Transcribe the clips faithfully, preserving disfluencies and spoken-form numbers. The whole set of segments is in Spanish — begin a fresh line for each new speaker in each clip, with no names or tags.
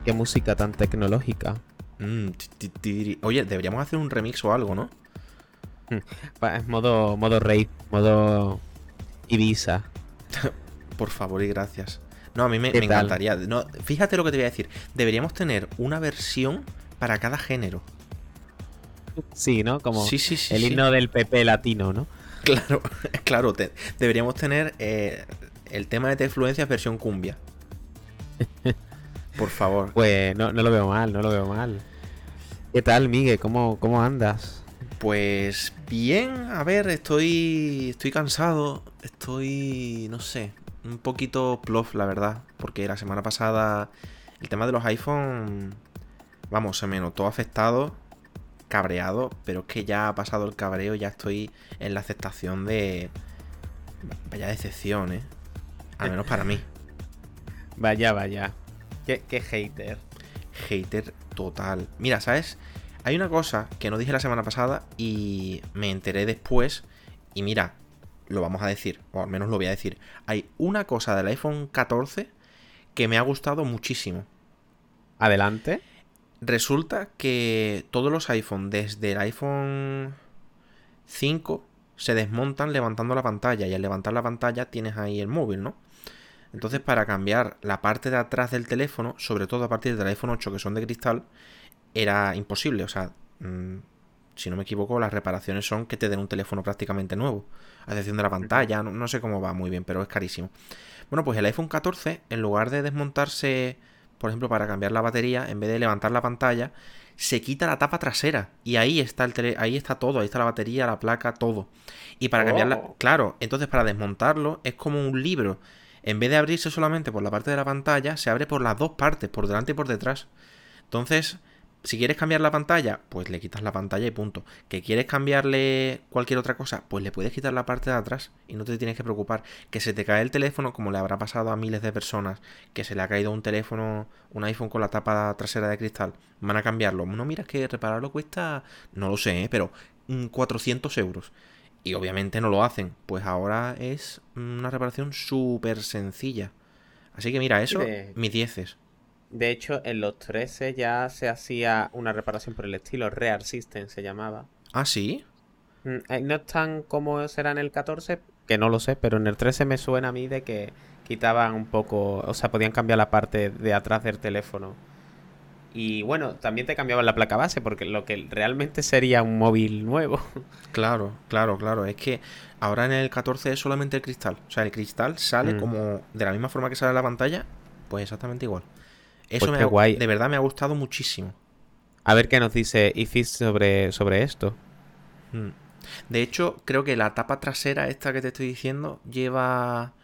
qué música tan tecnológica.
Mm, ti, ti, ti. Oye, deberíamos hacer un remix o algo, ¿no?
Mm, pa- Es modo, modo rave, modo Ibiza.
Por favor y gracias. No, a mí me,
¿Qué
me
tal?
encantaría. No, fíjate lo que te voy a decir. Deberíamos tener una versión para cada género.
Sí, ¿no? Como
Sí, sí, sí,
el
sí.
himno del P P latino, ¿no?
Claro, claro. te- deberíamos tener eh, el tema de Tefluencias versión cumbia. Por favor.
Pues no, no lo veo mal, no lo veo mal. ¿Qué tal, Miguel? ¿Cómo, cómo andas?
Pues bien, a ver, estoy estoy cansado, estoy, no sé, un poquito plof, la verdad, porque la semana pasada el tema de los iPhone, vamos, se me notó afectado, cabreado, pero es que ya ha pasado el cabreo, ya estoy en la aceptación de... Vaya decepción, ¿eh? Al menos para mí.
Vaya, vaya. Qué, qué hater.
Hater total. Mira, ¿sabes? Hay una cosa que no dije la semana pasada y me enteré después. Y mira, lo vamos a decir, o al menos lo voy a decir. Hay una cosa del iPhone catorce que me ha gustado muchísimo.
Adelante.
Resulta que todos los iPhone, desde el iPhone cinco, se desmontan levantando la pantalla. Y al levantar la pantalla tienes ahí el móvil, ¿no? Entonces, para cambiar la parte de atrás del teléfono, sobre todo a partir del iPhone ocho, que son de cristal, era imposible. O sea, mmm, si no me equivoco, las reparaciones son que te den un teléfono prácticamente nuevo. A excepción de la
Ujú.
pantalla, no, no sé cómo va muy bien, pero es carísimo. Bueno, pues el iPhone catorce, en lugar de desmontarse, por ejemplo, para cambiar la batería, en vez de levantar la pantalla, se quita la tapa trasera. Y ahí está el tele, ahí está todo, ahí está la batería, la placa, todo. Y para cambiarla,
Oh.
claro, entonces para desmontarlo es como un libro. En vez de abrirse solamente por la parte de la pantalla, se abre por las dos partes, por delante y por detrás. Entonces, si quieres cambiar la pantalla, pues le quitas la pantalla y punto. ¿Que quieres cambiarle cualquier otra cosa? Pues le puedes quitar la parte de atrás y no te tienes que preocupar. Que se te cae el teléfono, como le habrá pasado a miles de personas, que se le ha caído un teléfono, un iPhone con la tapa trasera de cristal. Van a cambiarlo. No, mira, es que repararlo cuesta, no lo sé, ¿eh? Pero mm, cuatrocientos euros. Y obviamente no lo hacen. Pues ahora es una reparación súper sencilla. Así que mira,
Y
eso,
de,
mis dieces.
de hecho, en los trece ya se hacía una reparación por el estilo. Rear System se llamaba.
Ah, sí.
Mm, eh, No es tan como será en el catorce, que no lo sé, pero en el trece me suena a mí de que quitaban un poco, o sea, podían cambiar la parte de atrás del teléfono. Y bueno, también te cambiaban la placa base, porque lo que realmente sería un móvil nuevo.
Claro, claro, claro. Es que ahora en el catorce es solamente el cristal. O sea, el cristal sale
Mm,
como de la misma forma que sale la pantalla, pues exactamente igual. Eso
Pues
me
qué
ha-
guay.
de verdad me ha gustado muchísimo.
A ver qué nos dice Ifis sobre, sobre esto.
Mm. De hecho, creo que la tapa trasera esta que te estoy diciendo lleva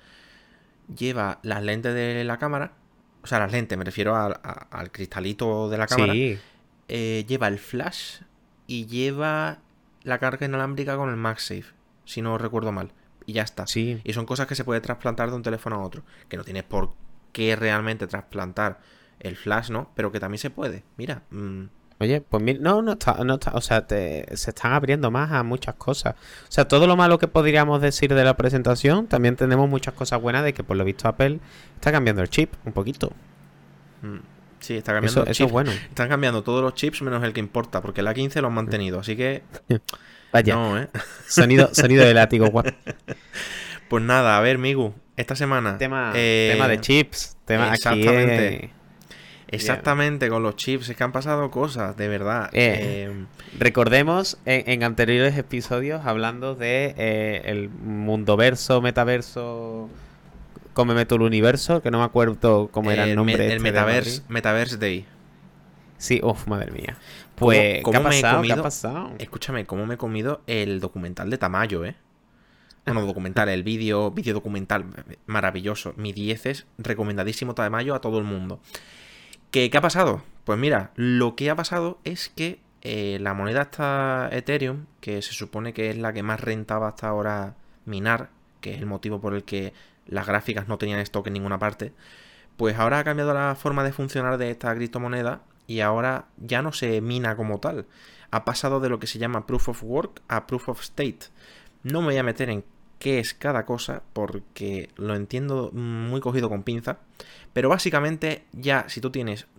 lleva las lentes de la cámara. O sea, las lentes, me refiero al, a- al cristalito de la cámara.
Sí,
Eh, lleva el flash y lleva la carga inalámbrica con el MagSafe, si no recuerdo mal. Y ya está.
sí.
Y son cosas que se puede trasplantar de un teléfono a otro. Que no tienes por qué realmente trasplantar el flash, ¿no? Pero que también se puede. Mira. mm,
Oye, pues mira, no, no está, no está, o sea, te- se están abriendo más a muchas cosas. O sea, todo lo malo que podríamos decir de la presentación, también tenemos muchas cosas buenas de que por lo visto Apple está cambiando el chip un poquito.
mm, sí, está cambiando
Eso,
el
eso es
chip.
bueno.
Están cambiando todos los chips menos el que importa. Porque el A quince lo han mantenido. Así que
Vaya,
no, ¿eh?
sonido, sonido de látigo. Guau.
Pues nada, a ver, Migu. Esta semana.
Tema, tema de
eh,
chips. Tema aquí.
exactamente.
Eh, ya.
Exactamente, con los chips. Es que han pasado cosas, de verdad.
Eh,
Eh,
recordemos en, en anteriores episodios hablando de eh, el mundoverso, metaverso, cómeme todo el universo, que no me acuerdo cómo era el
el, me-
nombre
el
este de Madrid.
Metaverse, Metaverse Day.
Sí, uff, madre mía.
¿Cómo,
Pues, ¿qué ha
cómo me he
pasado? ¿Qué ha
comido?
pasado?
Escúchame, ¿cómo me he comido el documental de Tamayo, eh? Bueno, documental, el vídeo, vídeo documental, maravilloso. Mi diez es recomendadísimo Tamayo a todo el mundo. ¿Qué, ¿Qué ha pasado? Pues mira, lo que ha pasado es que eh, la moneda esta Ethereum, que se supone que es la que más rentaba hasta ahora minar, que es el motivo por el que las gráficas no tenían stock en ninguna parte, pues ahora ha cambiado la forma de funcionar de esta criptomoneda y ahora ya no se mina como tal. Ha pasado de lo que se llama Proof of Work a Proof of State. No me voy a meter en qué es cada cosa porque lo entiendo muy cogido con pinza. Pero básicamente ya si tú tienes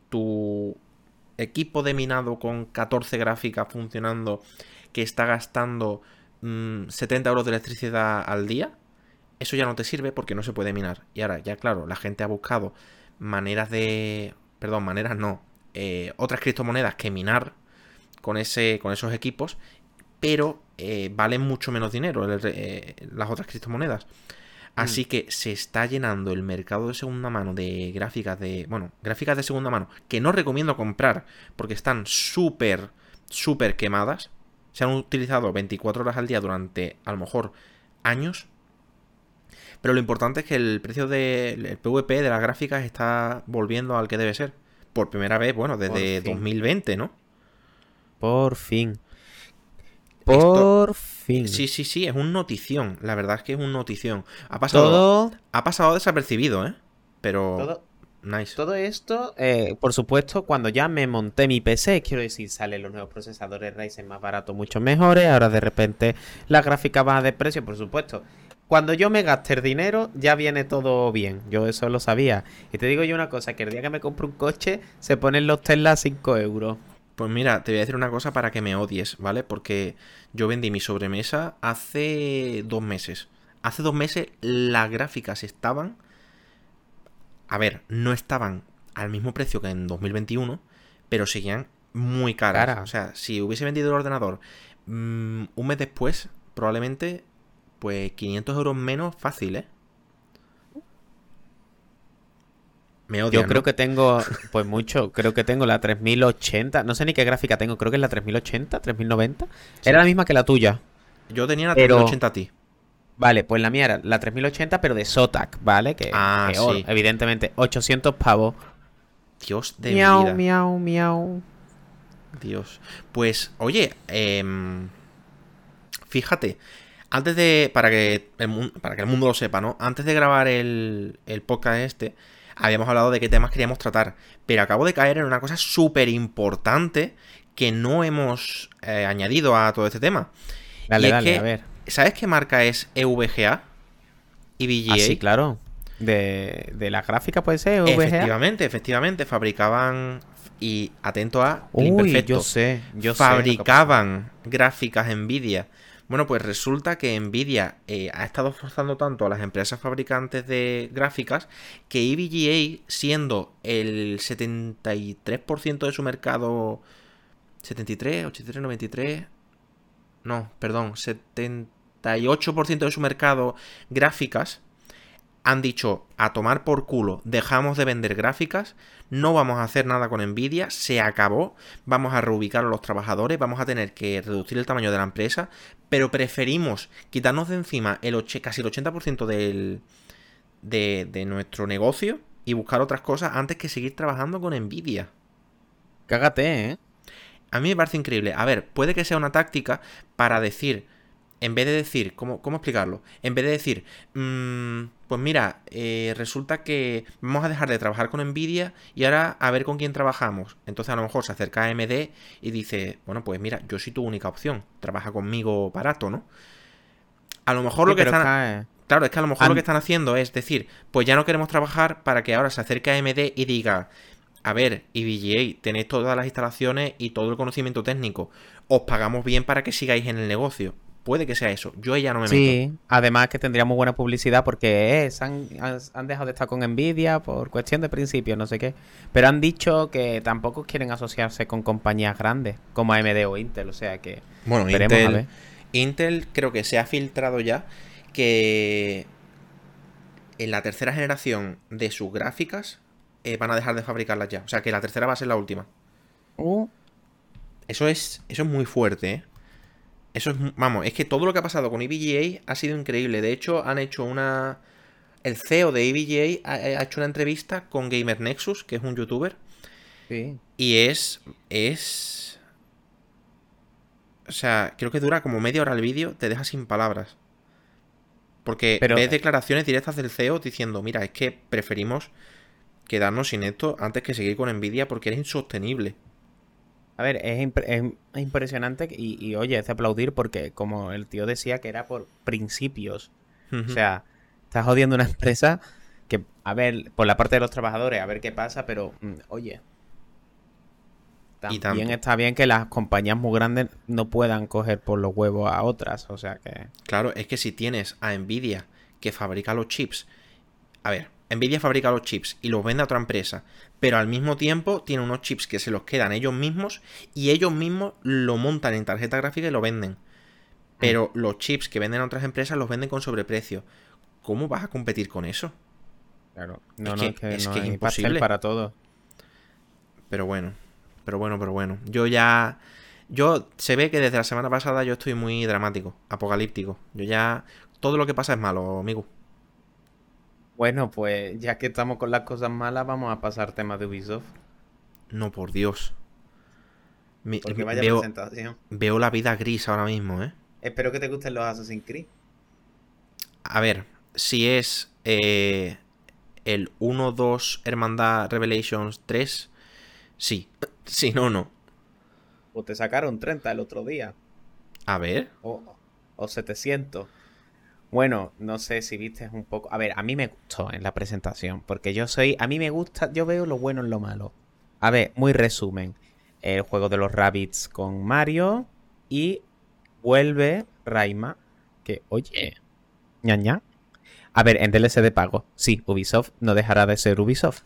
tu equipo de minado con catorce gráficas funcionando que está gastando mmm, setenta euros de electricidad al día, eso ya no te sirve porque no se puede minar. Y ahora, ya claro, la gente ha buscado maneras de... Perdón, maneras no. Eh, otras criptomonedas que minar con, ese, con esos equipos, pero eh, valen mucho menos dinero el, eh, las otras criptomonedas. Así que se está llenando el mercado de segunda mano de gráficas de... Bueno, gráficas de segunda mano que no recomiendo comprar porque están súper, súper quemadas. Se han utilizado veinticuatro horas al día durante, a lo mejor, años. Pero lo importante es que el precio del P V P de las gráficas está volviendo al que debe ser. Por primera vez, bueno, desde dos mil veinte, ¿no?
Por fin.
Por
Esto, fin.
Sí, sí, sí, es un notición. La verdad es que es un notición. Ha pasado,
todo,
ha pasado desapercibido, ¿eh? Pero...
Todo,
nice.
Todo esto, eh, por supuesto, cuando ya me monté mi P C, quiero decir, salen los nuevos procesadores Ryzen más baratos, mucho mejores. Ahora de repente la gráfica baja de precio, por supuesto. Cuando yo me gaste el dinero, ya viene todo bien. Yo eso lo sabía. Y te digo yo una cosa, que el día que me compre un coche, se ponen los Tesla a cinco euros.
Pues mira, te voy a decir una cosa para que me odies, ¿vale? Porque yo vendí mi sobremesa hace dos meses. Hace dos meses las gráficas estaban... A ver, no estaban al mismo precio que en dos mil veintiuno, pero seguían muy caras.
Cara.
O sea, si hubiese vendido el ordenador mmm, un mes después, probablemente, pues quinientos euros menos fácil, ¿eh? Me odias,
Yo creo
¿no?
que tengo, pues mucho, creo que tengo la tres mil ochenta. No sé ni qué gráfica tengo, creo que es la tres mil ochenta, tres mil noventa.
Sí.
Era la misma que la tuya.
Yo tenía la
Pero...
tres mil ochenta Ti.
Vale, pues la mía era la tres mil ochenta, pero de Zotac, ¿vale? Que
Ah,
peor,
sí.
evidentemente. ochocientos pavos.
Dios de
Miau,
mi vida.
miau, miau.
Dios. Pues, oye, eh, fíjate, antes de. Para que, el, para que el mundo lo sepa, ¿no? Antes de grabar el, el podcast este, habíamos hablado de qué temas queríamos tratar. Pero acabo de caer en una cosa súper importante que no hemos eh, añadido a todo este tema.
Dale,
y es
dale,
que,
a ver.
¿sabes qué marca es E V G A? ¿Y V G A?
Ah, sí, claro. De, de la gráfica puede ser, V G A.
Efectivamente, efectivamente. Fabricaban. Y atento a el
Uy,
imperfecto.
yo sé, yo sé.
Fabricaban gráficas Nvidia. Bueno, pues resulta que Nvidia eh, ha estado forzando tanto a las empresas fabricantes de gráficas que E V G A, siendo el setenta y tres por ciento de su mercado... ¿setenta y tres? ¿ochenta y tres? ¿noventa y tres? No, perdón, setenta y ocho por ciento de su mercado gráficas, han dicho a tomar por culo, dejamos de vender gráficas, no vamos a hacer nada con Nvidia, se acabó, vamos a reubicar a los trabajadores, vamos a tener que reducir el tamaño de la empresa, pero preferimos quitarnos de encima el och- casi el ochenta por ciento del, de, de nuestro negocio y buscar otras cosas antes que seguir trabajando con Nvidia.
Cágate, ¿eh?
A mí me parece increíble. A ver, puede que sea una táctica para decir, en vez de decir, ¿cómo, cómo explicarlo? En vez de decir, mmm, pues mira, eh, resulta que vamos a dejar de trabajar con Nvidia y ahora a ver con quién trabajamos. Entonces a lo mejor se acerca a A M D y dice, bueno, pues mira, yo soy tu única opción, trabaja conmigo barato, ¿no? A lo mejor
Sí,
lo que
pero
están...
cae.
Claro, es que a lo mejor
An-
lo que están haciendo es decir, pues ya no queremos trabajar para que ahora se acerque a A M D y diga, a ver, E V G A, tenéis todas las instalaciones y todo el conocimiento técnico, os pagamos bien para que sigáis en el negocio. Puede que sea eso, yo ya no me meto.
Sí, además que tendría muy buena publicidad porque eh, se han, han- han dejado de estar con Nvidia por cuestión de principios, no sé qué. Pero han dicho que tampoco quieren asociarse con compañías grandes como A M D o Intel, o sea que
Bueno,
veremos a
Intel,
ver.
Intel creo que se ha filtrado ya que en la tercera generación de sus gráficas eh, van a dejar de fabricarlas ya. O sea que la tercera va a ser la última.
Uh,
Eso es, eso es muy fuerte, ¿eh? Eso es, mu- vamos, es que todo lo que ha pasado con E V G A ha sido increíble. De hecho, han hecho una... El C E O de E V G A ha, ha hecho una entrevista con Gamer Nexus, que es un youtuber,
sí.
y es... es... O sea, creo que dura como media hora el vídeo, te deja sin palabras. Porque
Pero,
ves declaraciones directas del C E O diciendo, mira, es que preferimos quedarnos sin esto antes que seguir con Nvidia porque era insostenible.
a ver, es, impre- es impresionante y, y, oye, es de aplaudir porque como el tío decía que era por principios. O sea, estás jodiendo una empresa que, a ver, por la parte de los trabajadores, a ver qué pasa, pero, mm, oye,
Y
también
tanto.
está bien que las compañías muy grandes no puedan coger por los huevos a otras, o sea que...
Claro, es que si tienes a Nvidia que fabrica los chips. A ver, Nvidia fabrica los chips y los vende a otra empresa, pero al mismo tiempo tiene unos chips que se los quedan ellos mismos y ellos mismos lo montan en tarjeta gráfica y lo venden. Pero los chips que venden a otras empresas los venden con sobreprecio. ¿Cómo vas a competir con eso?
Claro, no,
Es
no,
que
es que
es,
no
que es
hay pastel
imposible.
para todo.
Pero bueno, pero bueno, pero bueno. Yo ya... Yo... Se ve que desde la semana pasada yo estoy muy dramático, apocalíptico. Yo ya... Todo lo que pasa es malo, amigo.
Bueno, pues ya que estamos con las cosas malas, vamos a pasar temas de Ubisoft.
No, por Dios. Me-
Porque
me-
vaya
veo,
presentación.
veo la vida gris ahora mismo, ¿eh?
Espero que te gusten los Assassin's Creed.
A ver, si es eh, el uno dos Hermandad Revelations tres, sí. Si no, no.
O te sacaron treinta el otro día.
A ver.
O, o setecientos. Bueno, no sé si viste un poco. A ver, a mí me gustó en la presentación. Porque yo soy. A mí me gusta. Yo veo lo bueno en lo malo. A ver, muy resumen. El juego de los Rabbids con Mario. Y vuelve Rayman. Que, oye. ña ña. A ver, en D L C de pago. Sí, Ubisoft no dejará de ser Ubisoft.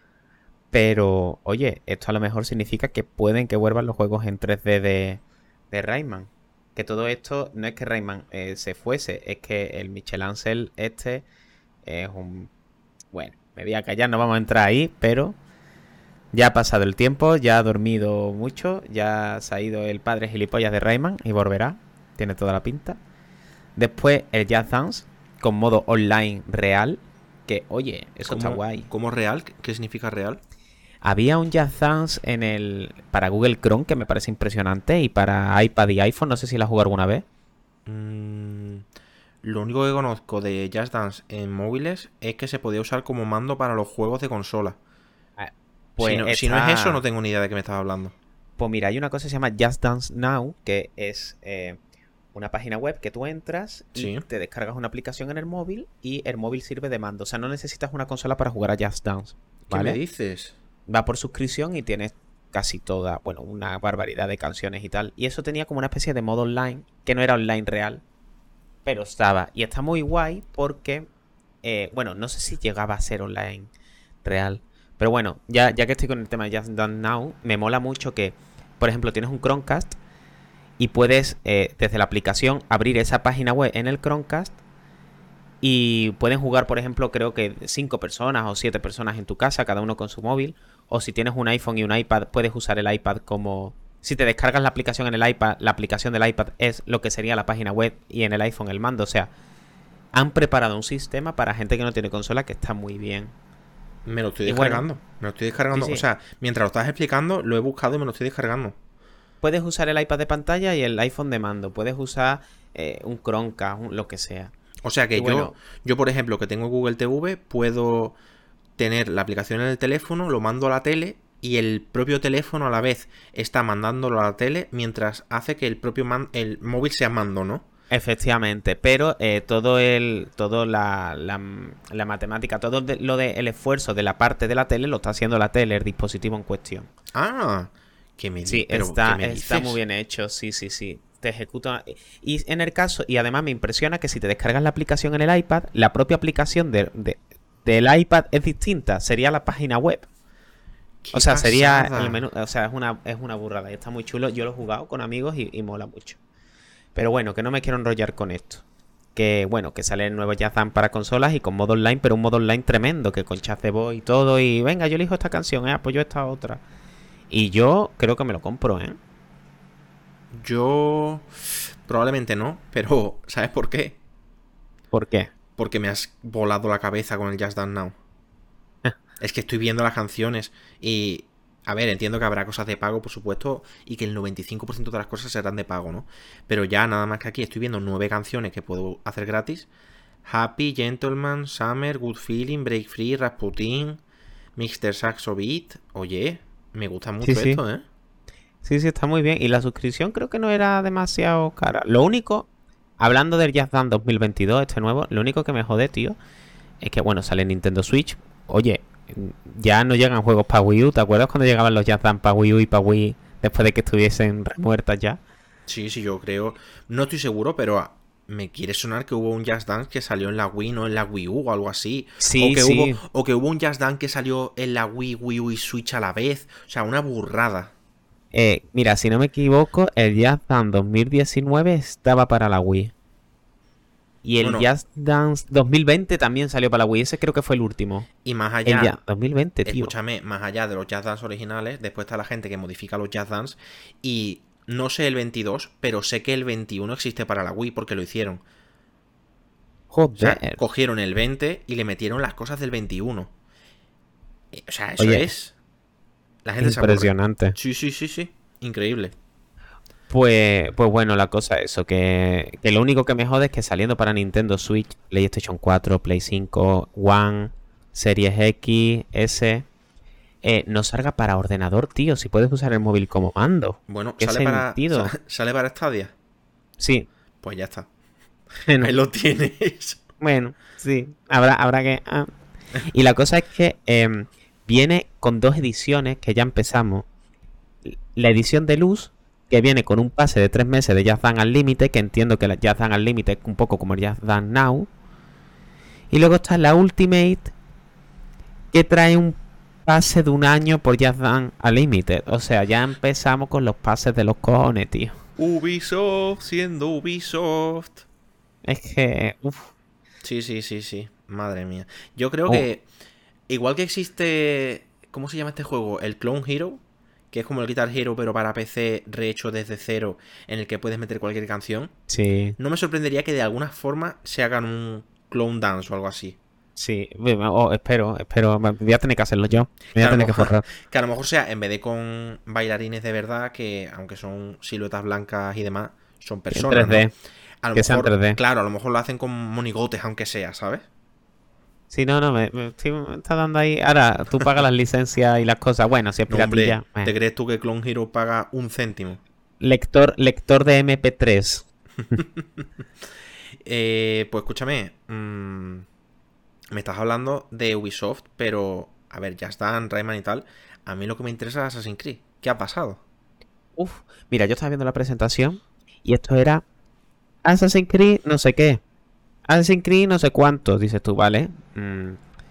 Pero, oye, esto a lo mejor significa que pueden que vuelvan los juegos en tres D de, de Rayman. Que todo esto no es que Rayman eh, se fuese, es que el Michelangelo este es un... Bueno, me voy a callar, no vamos a entrar ahí, pero ya ha pasado el tiempo, ya ha dormido mucho, ya se ha ido el padre gilipollas de Rayman y volverá, tiene toda la pinta. Después el Just Dance con modo online real, que oye, eso está
¿Cómo,
guay.
¿Cómo real? ¿Qué significa real?
Había un Just Dance en el para Google Chrome que me parece impresionante y para iPad y iPhone, no sé si la has jugado alguna vez.
Mm, lo único que conozco de Just Dance en móviles es que se podía usar como mando para los juegos de consola.
Ah,
Si
Pues,
no, si no
está...
es eso, no tengo ni idea de qué me estás hablando.
Pues mira, hay una cosa que se llama Just Dance Now, que es eh, una página web que tú entras y
Sí.
te descargas una aplicación en el móvil y el móvil sirve de mando. O sea, no necesitas una consola para jugar a Just Dance,
¿Qué me
¿vale?
dices?
Va por suscripción y tienes casi toda, bueno, una barbaridad de canciones y tal. Y eso tenía como una especie de modo online, que no era online real, pero estaba. Y está muy guay porque, eh, bueno, no sé si llegaba a ser online real. Pero bueno, ya, ya que estoy con el tema de Just Dance Now, me mola mucho que, por ejemplo, tienes un Chromecast y puedes, eh, desde la aplicación, abrir esa página web en el Chromecast y pueden jugar, por ejemplo, creo que cinco personas o siete personas en tu casa, cada uno con su móvil. O si tienes un iPhone y un iPad, puedes usar el iPad como... Si te descargas la aplicación en el iPad, la aplicación del iPad es lo que sería la página web y en el iPhone el mando. O sea, han preparado un sistema para gente que no tiene consola que está muy bien.
Me lo estoy
Y bueno,
descargando. Me lo estoy descargando.
sí, sí.
O sea, mientras lo estás explicando, lo he buscado y me lo estoy descargando.
Puedes usar el iPad de pantalla y el iPhone de mando. Puedes usar eh, un Chromecast, un- lo que sea.
O sea que
Y
yo,
bueno,
yo, por ejemplo, que tengo Google T V, puedo tener la aplicación en el teléfono, lo mando a la tele y el propio teléfono a la vez está mandándolo a la tele mientras hace que el propio man- el móvil sea mando, ¿no?
efectivamente, pero eh, todo el, todo la, la, la matemática, todo de- lo del esfuerzo de la parte de la tele lo está haciendo la tele, el dispositivo en cuestión.
Ah, que me di-
Sí,
pero
está,
¿qué me
está
dices?
muy bien hecho, sí, sí, sí. Te ejecuta. Y en el caso, y además me impresiona que si te descargas la aplicación en el iPad, la propia aplicación de, de- del iPad es distinta, sería la página web.
¡Qué
O sea, sería
pasada!
el menú, o sea, es una, es una burrada y está muy chulo. Yo lo he jugado con amigos y, y mola mucho. Pero bueno, que no me quiero enrollar con esto. Que bueno, que sale el nuevo Just Dance para consolas y con modo online, pero un modo online tremendo, que con chat de voz y todo. Y venga, yo elijo esta canción, eh, apoyo esta otra. Y yo creo que me lo compro, ¿eh?
Yo probablemente no, pero ¿sabes por qué?
¿Por qué?
Porque me has volado la cabeza con el Just Dance Now. Es que estoy viendo las canciones y... A ver, entiendo que habrá cosas de pago, por supuesto, y que el noventa y cinco por ciento de las cosas serán de pago, ¿no? Pero ya nada más que aquí estoy viendo nueve canciones que puedo hacer gratis. Happy, Gentleman, Summer, Good Feeling, Break Free, Rasputin, mister Saxo Beat. Oye, me gusta mucho
Sí, sí.
esto, ¿eh?
Sí, sí, está muy bien. Y la suscripción creo que no era demasiado cara. Lo único, hablando del Just Dance dos mil veintidós, este nuevo, lo único que me jode, tío, es que, bueno, sale Nintendo Switch. Oye, ya no llegan juegos para Wii U. ¿Te acuerdas cuando llegaban los Just Dance para Wii U y para Wii después de que estuviesen muertas ya.
Sí, sí, yo creo. No estoy seguro, pero a- me quiere sonar que hubo un Just Dance que salió en la Wii, no en la Wii U o algo así. O
Sí,
que hubo,
sí.
o que hubo un Just Dance que salió en la Wii, Wii U y Switch a la vez. O sea, una burrada.
Eh, mira, si no me equivoco, el Just Dance dos mil diecinueve estaba para la Wii. Y el
Bueno,
Just Dance dos mil veinte también salió para la Wii. Ese creo que fue el último.
y más
El
allá,
ya dos mil veinte, tío.
escúchame, más allá de los Just Dance originales, después está la gente que modifica los Just Dance. Y no sé el veintidós, pero sé que el veintiuno existe para la Wii porque lo hicieron. O sea,
Joder.
cogieron el veinte y le metieron las cosas del veintiuno. Eh, O sea, eso
Oye,
es. La gente se aburre.
impresionante.
Sí, sí, sí, sí. Increíble.
Pues, pues bueno, la cosa es eso, que, que lo único que me jode es que saliendo para Nintendo Switch, PlayStation cuatro, Play cinco, One, Series X, S, eh, no salga para ordenador, tío, si puedes usar el móvil como mando.
Bueno,
¿Qué
sale para.
sentido?
sa- Sale para Stadia.
Sí,
Pues ya está.
bueno,
Ahí lo tienes.
bueno, sí, habrá, habrá que... ah. Y la cosa es que em, viene con dos ediciones que ya empezamos. La edición de luz, que viene con un pase de tres meses de Just Dance Unlimited, que entiendo que la Just Dance Unlimited es un poco como el Just Dance Now. Y luego está la Ultimate, que trae un pase de un año por Just Dance Unlimited. O sea, ya empezamos con los pases de los cojones, tío.
Ubisoft siendo Ubisoft.
Es que... Uf.
Sí, sí, sí, sí. Madre mía. Yo creo
Oh,
que. Igual que existe. ¿Cómo se llama este juego? El Clone Hero. Que es como el Guitar Hero, pero para P C rehecho desde cero. En el que puedes meter cualquier canción.
sí,
No me sorprendería que de alguna forma se hagan un Clone Dance o algo así.
sí. Oh, espero, espero. Voy a tener que hacerlo yo.
Que
Me voy
a,
a
lo
tener que
mejor,
forrar.
que a lo mejor sea, en vez de con bailarines de verdad, que aunque son siluetas blancas y demás, son
En
personas, ¿no?
tres D.
A lo
Que sean
mejor,
tres D.
claro, a lo mejor lo hacen con monigotes, aunque sea, ¿sabes?
Sí, no, no, me, me, estoy- me está dando ahí. Ahora, tú pagas las licencias y las cosas. Bueno, si es
No, hombre,
piratilla. eh.
¿te crees tú que Clone Hero paga un céntimo?
Lector, lector de M P tres.
Eh, pues escúchame, mmm, me estás hablando de Ubisoft, pero, a ver, ya están Rayman y tal. A mí lo que me interesa es Assassin's Creed. ¿Qué ha pasado?
Uf, mira, yo estaba viendo la presentación y esto era Assassin's Creed no sé qué. Assassin's Creed no sé cuánto, dices tú, ¿vale? Mm,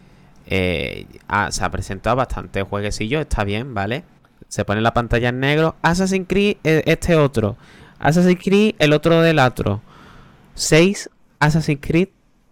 eh, ah, se ha presentado bastante jueguecillo, está bien, ¿vale? Se pone la pantalla en negro. Assassin's Creed eh, este otro. Assassin's Creed el otro del otro. Seis Assassin's Creed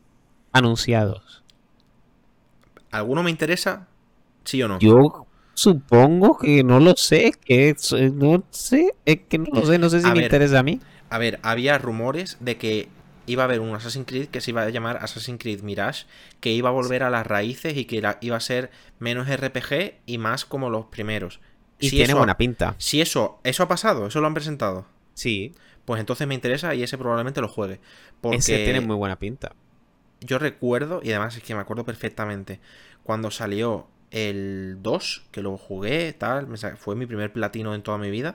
anunciados.
¿Alguno me interesa? ¿Sí o no?
Yo supongo que no lo sé, es que es- eh, no sé, es que no lo sé, no sé si
A
me
ver,
interesa a mí.
A ver, había rumores de que iba a haber un Assassin's Creed que se iba a llamar Assassin's Creed Mirage, que iba a volver a las raíces y que era- iba a ser menos R P G y más como los primeros.
Y
Si
tiene
eso,
buena pinta.
si eso, eso ha pasado, eso lo han presentado,
Sí,
pues entonces me interesa y ese probablemente lo juegue.
ese tiene
Porque
muy buena pinta.
yo recuerdo, y además es que me acuerdo perfectamente, cuando salió el dos, que lo jugué, tal, me sa- fue mi primer platino en toda mi vida.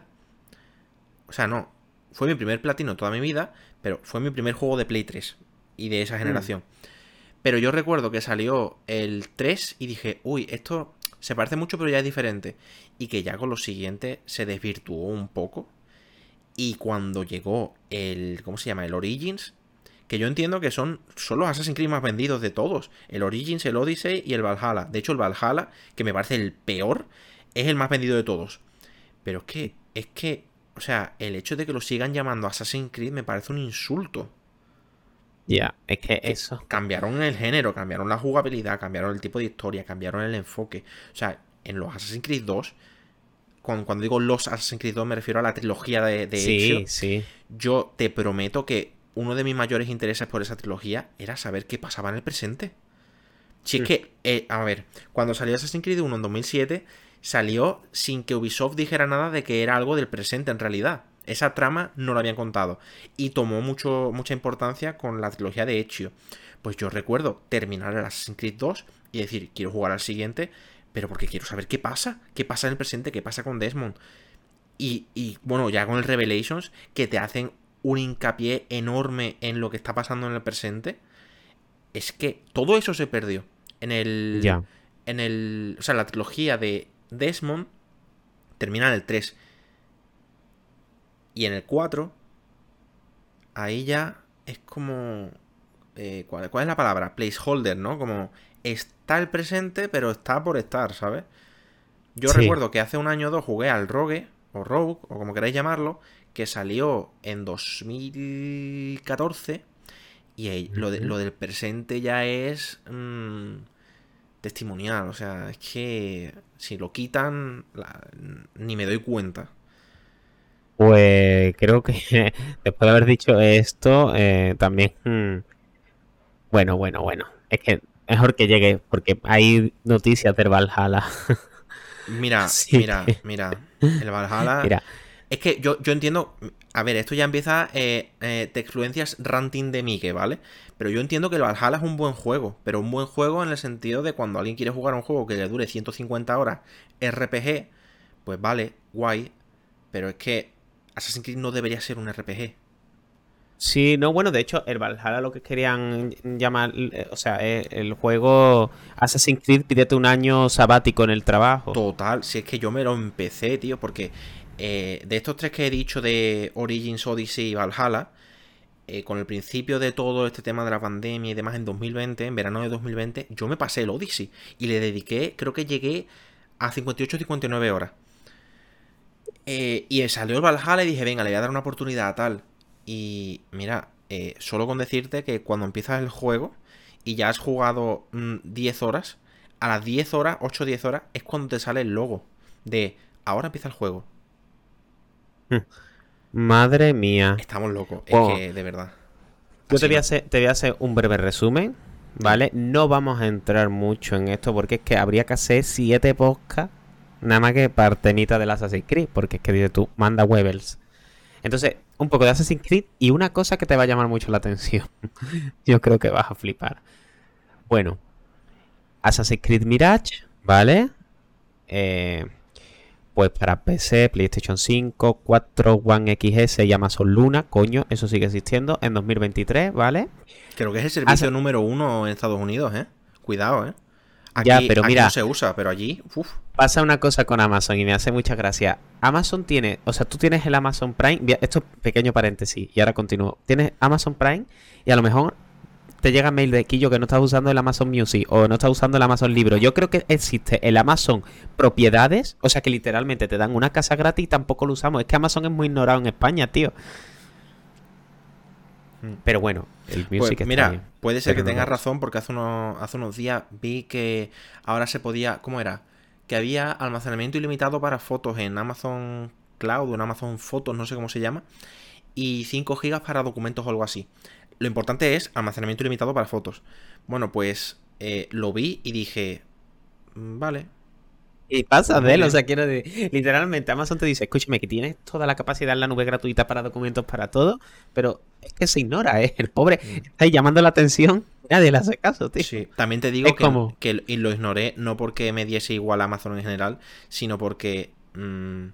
O sea, no, fue mi primer platino en toda mi vida, pero fue mi primer juego de Play tres y de esa
Mm,
generación. Pero yo recuerdo que salió el tres y dije, uy, esto se parece mucho, pero ya es diferente. Y que ya con lo siguiente se desvirtuó un poco. Y cuando llegó el, ¿cómo se llama? El Origins, que yo entiendo que son, son los Assassin's Creed más vendidos de todos. El Origins, el Odyssey y el Valhalla. De hecho, el Valhalla, que me parece el peor, es el más vendido de todos. Pero es que, es que, o sea, el hecho de que lo sigan llamando Assassin's Creed me parece un insulto.
Ya, es que
Que
eso.
cambiaron el género, cambiaron la jugabilidad, cambiaron el tipo de historia, cambiaron el enfoque. O sea, en los Assassin's Creed dos, cuando, cuando digo los Assassin's Creed dos me refiero a la trilogía de, de
Sí,
Ezio.
sí.
Yo te prometo que uno de mis mayores intereses por esa trilogía era saber qué pasaba en el presente. Si es
Mm.
que, eh, a ver, cuando salió Assassin's Creed uno en dos mil siete, salió sin que Ubisoft dijera nada de que era algo del presente en realidad. Esa trama no la habían contado. Y tomó mucho, mucha importancia con la trilogía de Ezio. Pues yo recuerdo terminar el Assassin's Creed dos y decir, quiero jugar al siguiente, pero porque quiero saber qué pasa. ¿Qué pasa en el presente? ¿Qué pasa con Desmond? Y, y bueno, ya con el Revelations, que te hacen un hincapié enorme en lo que está pasando en el presente. Es que todo eso se perdió. En el.
Ya.
En el. O sea, la trilogía de Desmond termina en el tres. Y en el cuatro, ahí ya es como... Eh, ¿cuál, ¿Cuál es la palabra? Placeholder, ¿no? Como está el presente, pero está por estar, ¿sabes? Yo
Sí.
recuerdo que hace un año o dos jugué al Rogue, o Rogue, o como queráis llamarlo, que salió en dos mil catorce, y ahí lo, de-
Ujú.
lo del presente ya es mmm, testimonial. O sea, es que si lo quitan, la- ni me doy cuenta.
Pues creo que después de haber dicho esto, eh, también... mm, bueno, bueno, bueno. Es que mejor que llegue, porque hay noticias del Valhalla.
Mira,
Así
mira,
que,
mira. El Valhalla.
mira,
Es que yo, yo entiendo. A ver, esto ya empieza. Eh, eh, te influencias ranting de Mike, ¿vale? Pero yo entiendo que el Valhalla es un buen juego. Pero un buen juego en el sentido de cuando alguien quiere jugar un juego que le dure ciento cincuenta horas R P G, pues vale, guay. Pero es que Assassin's Creed no debería ser un R P G.
sí, no, bueno, de hecho, el Valhalla lo que querían llamar, eh, o sea, eh, el juego Assassin's Creed pídete un año sabático en el trabajo.
Total, si es que yo me lo empecé, tío, porque eh, de estos tres que he dicho de Origins, Odyssey y Valhalla, eh, con el principio de todo este tema de la pandemia y demás en dos mil veinte, en verano de dos mil veinte, yo me pasé el Odyssey y le dediqué, creo que llegué a cincuenta y ocho o cincuenta y nueve horas. Eh, y salió el Valhalla y dije, venga, le voy a dar una oportunidad a tal. Y mira, eh, solo con decirte que cuando empiezas el juego y ya has jugado mm, diez horas, a las diez horas, ocho o diez horas, es cuando te sale el logo de ahora empieza el juego.
Mm, Madre mía.
Estamos locos, es
Bueno,
que de verdad.
yo te
Así
voy a
no.
hacer, te voy a hacer un breve resumen,
Venga.
¿vale? No vamos a entrar mucho en esto porque es que habría que hacer siete podcasts nada más que para temita del Assassin's Creed, porque es que dices tú, manda Webels. Entonces, un poco de Assassin's Creed y una cosa que te va a llamar mucho la atención. Yo creo que vas a flipar. Bueno, Assassin's Creed Mirage, ¿vale? Eh, pues para P C, PlayStation cinco, cuatro, One X S y Amazon Luna, coño, eso sigue existiendo en dos mil veintitrés, ¿vale?
Creo que es el servicio
Asa-
número uno en Estados Unidos, ¿eh? Cuidado, ¿eh?
ya,
Aquí,
pero
aquí no
mira,
se usa, pero allí, uff.
pasa una cosa con Amazon y me hace mucha gracia. Amazon tiene, o sea, tú tienes el Amazon Prime, via- esto es pequeño paréntesis y ahora continúo. Tienes Amazon Prime y a lo mejor te llega mail de Quillo que no estás usando el Amazon Music o no estás usando el Amazon Libro. Yo creo que existe el Amazon Propiedades, o sea que literalmente te dan una casa gratis y tampoco lo usamos. Es que Amazon es muy ignorado en España, tío. Pero bueno, el
Pues
Music está
mira,
bien,
puede ser que
pero no lo
tengas
uso.
razón porque hace unos, hace unos días vi que ahora se podía, ¿cómo era? Que había almacenamiento ilimitado para fotos en Amazon Cloud o en Amazon Fotos, no sé cómo se llama, y cinco gigas para documentos o algo así. Lo importante es almacenamiento ilimitado para fotos. Bueno, pues eh, lo vi y dije, "Mm, vale,
Y pasa
pues
de
muy
él, o
bien".
sea, quiero decir, literalmente Amazon te dice, escúchame, que tienes toda la capacidad en la nube gratuita para documentos para todo, pero es que se ignora, ¿eh? El pobre
Mm.
está ahí llamando la atención y nadie le hace caso, tío.
Sí, también te
Es
digo que,
como
que y lo ignoré no porque me diese igual a Amazon en general, sino porque... mm,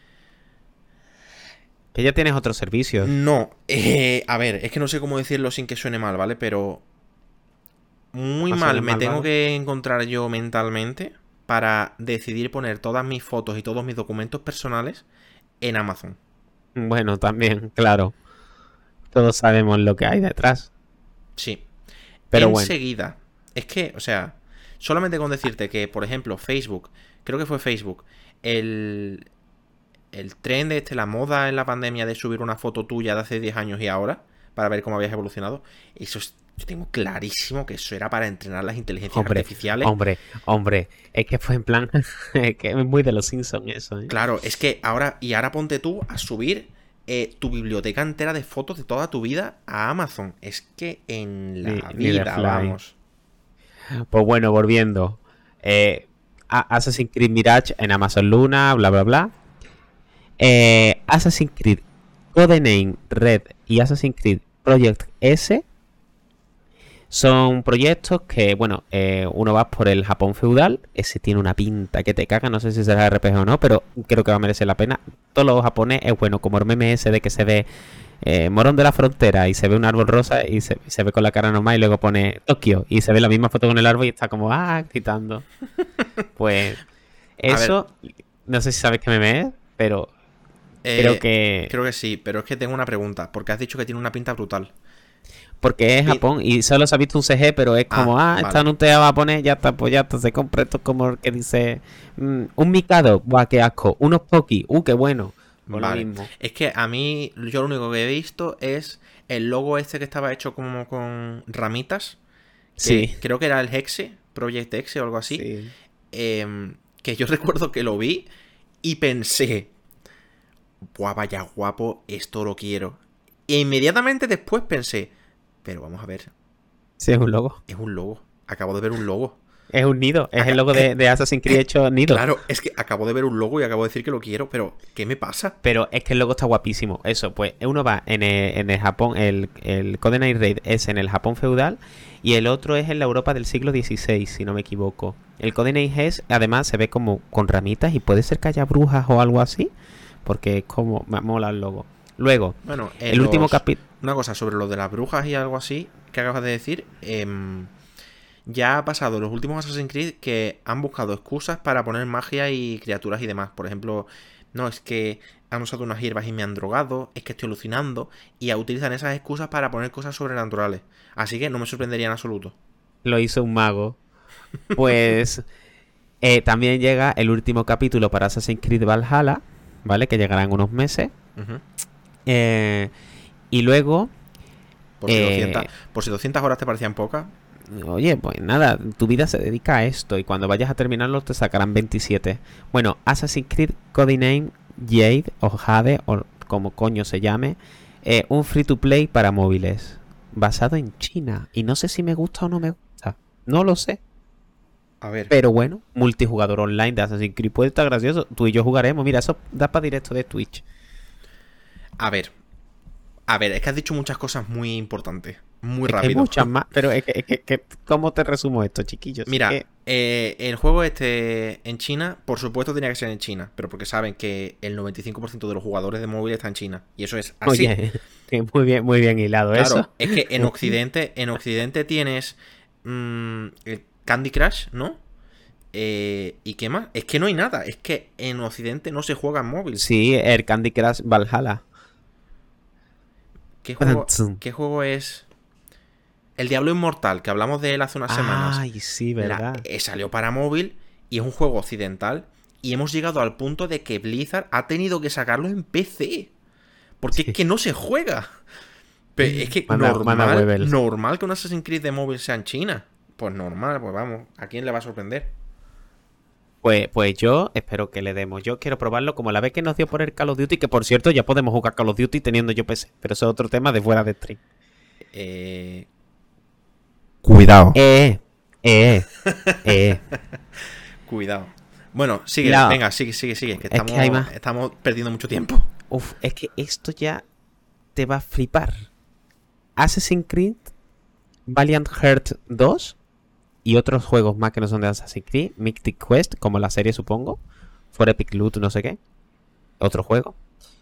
que ya tienes otros servicios.
no, eh, a ver, es que no sé cómo decirlo sin que suene mal, ¿vale? Pero muy
Amazon
mal
es
me tengo
malvado.
que encontrar yo mentalmente para decidir poner todas mis fotos y todos mis documentos personales en Amazon.
Bueno, también, claro, todos sabemos lo que hay detrás.
Sí.
Pero bueno,
Enseguida. Es que, o sea, solamente con decirte que, por ejemplo, Facebook, creo que fue Facebook, el, el tren de este, la moda en la pandemia de subir una foto tuya de hace diez años y ahora, para ver cómo habías evolucionado, eso es, yo tengo clarísimo que eso era para entrenar las inteligencias
hombre,
artificiales.
hombre, hombre, es que fue en plan, es que es muy de los Simpsons eso, ¿eh?
Claro, es que ahora, y ahora ponte tú a subir eh, tu biblioteca entera de fotos de toda tu vida a Amazon. Es que en
Ni,
la
ni de
vida,
Fly.
vamos.
Pues bueno, volviendo. Eh, a- Assassin's Creed Mirage en Amazon Luna, bla, bla, bla. Eh, Assassin's Creed Codename Red y Assassin's Creed Project S son proyectos que, bueno, eh, uno va por el Japón feudal. Ese tiene una pinta que te caga. No sé si será R P G o no, pero creo que va a merecer la pena. Todo lo japonés es bueno, como el meme ese de que se ve eh, Morón de la Frontera y se ve un árbol rosa y se, se ve con la cara normal y luego pone Tokio y se ve la misma foto con el árbol y está como, ah, gritando. Pues
A ver,
eso, no sé si sabes qué meme es, pero Creo
Eh,
que...
creo que sí, pero es que tengo una pregunta, porque has dicho que tiene una pinta brutal.
Porque es
Pin-
Japón y solo se ha visto un C G, pero es
Ah,
como, ah, está
vale.
anunciado japonés, ya está, pues ya está, se compra esto como el que dice, mm, un Mikado, buah, qué asco, unos Poki, uh, qué bueno, pues lo
Vale.
mismo.
Es que a mí, yo lo único que he visto es el logo este que estaba hecho como con ramitas, que
Sí,
creo que era el Hexe, Project Hexe o algo así.
sí.
em, que yo recuerdo que lo vi y pensé, buah, vaya guapo, esto lo quiero. E inmediatamente después pensé, pero vamos a ver,
Sí, es un logo.
es un logo. Acabo de ver un logo.
Es un nido, es el
Aca-
logo de,
eh,
de Assassin's Creed
eh,
hecho nido.
claro, es que acabo de ver un logo y acabo de decir que lo quiero, pero ¿qué me pasa?
Pero es que el logo está guapísimo. Eso, pues uno va en el, en el Japón, el, el Codename Raid es en el Japón feudal y el otro es en la Europa del siglo dieciséis, si no me equivoco. El Codename es, además, se ve como con ramitas y puede ser que haya brujas o algo así, porque es como, me mola el logo. Luego,
Bueno, en
el último
los...
capítulo...
Una cosa sobre lo de las brujas y algo así que acabas de decir. em, ya ha pasado en los últimos Assassin's Creed que han buscado excusas para poner magia y criaturas y demás. Por ejemplo, no, es que han usado unas hierbas y me han drogado, es que estoy alucinando, y utilizan esas excusas para poner cosas sobrenaturales. Así que no me sorprendería en absoluto.
Lo hizo un mago. Pues eh, también llega el último capítulo para Assassin's Creed Valhalla, ¿vale? Que llegará en unos meses.
Ujú.
Eh, y luego...
Por si doscientas,
eh,
por si doscientas horas te parecían pocas.
Oye, pues nada, tu vida se dedica a esto y cuando vayas a terminarlo te sacarán veintisiete. Bueno, Assassin's Creed Codename Jade o Jade o como coño se llame, eh, un free to play para móviles basado en China y no sé si me gusta o no me gusta, no lo sé,
A ver,
pero bueno, multijugador online de Assassin's Creed puede estar gracioso, tú y yo jugaremos, mira, eso da para directo de Twitch.
a ver, a ver, es que has dicho muchas cosas muy importantes. Muy
Es que hay
rápido.
muchas más, pero es que, es que- que- ¿cómo te resumo esto, chiquillos? Es
Mira,
que
eh, el juego este en China, por supuesto tenía que ser en China, pero porque saben que el noventa y cinco por ciento de los jugadores de móvil está en China. Y eso es así.
oye, que muy bien, muy bien hilado
Claro,
eso.
es que en Occidente, en Occidente tienes mm, el Candy Crush, ¿no? Eh, ¿y qué más? Es que no hay nada. Es que en Occidente no se juega en móvil.
Sí, el Candy Crush Valhalla.
¿Qué juego, qué juego es? El Diablo Inmortal, que hablamos de él hace unas semanas.
Ay, sí,
La-
verdad.
eh, salió para móvil y es un juego occidental. Y hemos llegado al punto de que Blizzard ha tenido que sacarlo en P C. Porque es
Sí.
que no se juega. Pero es que
Manda, manda
normal,
Webel.
normal que un Assassin's Creed de móvil sea en China. Pues normal, pues vamos. ¿A quién le va a sorprender?
Pues, pues yo espero que le demos. Yo quiero probarlo como la vez que nos dio por el Call of Duty, que por cierto ya podemos jugar Call of Duty teniendo yo P C. Pero eso es otro tema de fuera de stream.
Eh... Cuidado.
Eh, eh, eh.
Cuidado. Bueno, sigue,
La-
venga, sigue, sigue, sigue. Que
Es que
estamos,
hay más.
estamos perdiendo mucho tiempo.
Uf, es que esto ya te va a flipar. Assassin's Creed, Valiant Heart dos y otros juegos más que no son de Assassin's Creed, Mythic Quest, como la serie supongo, For Epic Loot, no sé qué. Otro juego.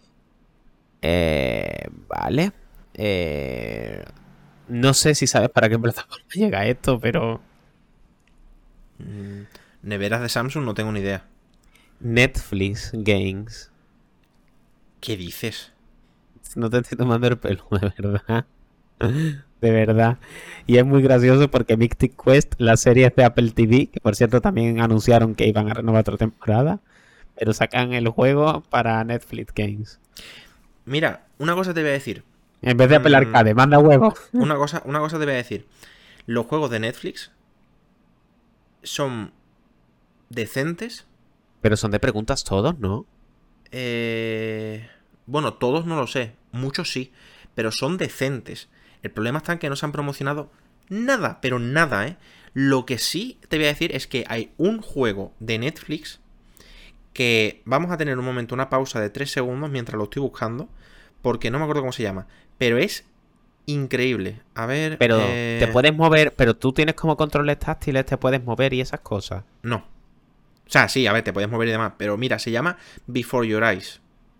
Eh, vale. Eh, no sé si sabes para qué plataforma llega esto, pero
Mm, Neveras de Samsung no tengo ni idea.
Netflix Games.
¿Qué dices?
No te estoy tomando el pelo, de verdad. De verdad. Y es muy gracioso porque Mythic Quest, la serie es de Apple T V, que por cierto también anunciaron que iban a renovar otra temporada, pero sacan el juego para Netflix Games.
Mira, una cosa te voy a decir.
En vez de Apple
Mm.
Arcade, manda huevos.
Una cosa, una cosa te voy a decir. Los juegos de Netflix son decentes.
Pero son de preguntas todos, ¿no?
Eh... Bueno, todos no lo sé. Muchos sí. Pero son decentes. El problema está en que no se han promocionado nada. Pero nada, ¿eh? Lo que sí te voy a decir es que hay un juego de Netflix que vamos a tener un momento, una pausa de tres segundos mientras lo estoy buscando. Porque no me acuerdo cómo se llama. Pero es increíble. A ver...
Pero
eh,
te puedes mover, pero tú tienes como controles táctiles, te puedes mover y esas cosas.
No. O sea, sí, a ver, te puedes mover y demás. Pero mira, se llama Before Your Eyes.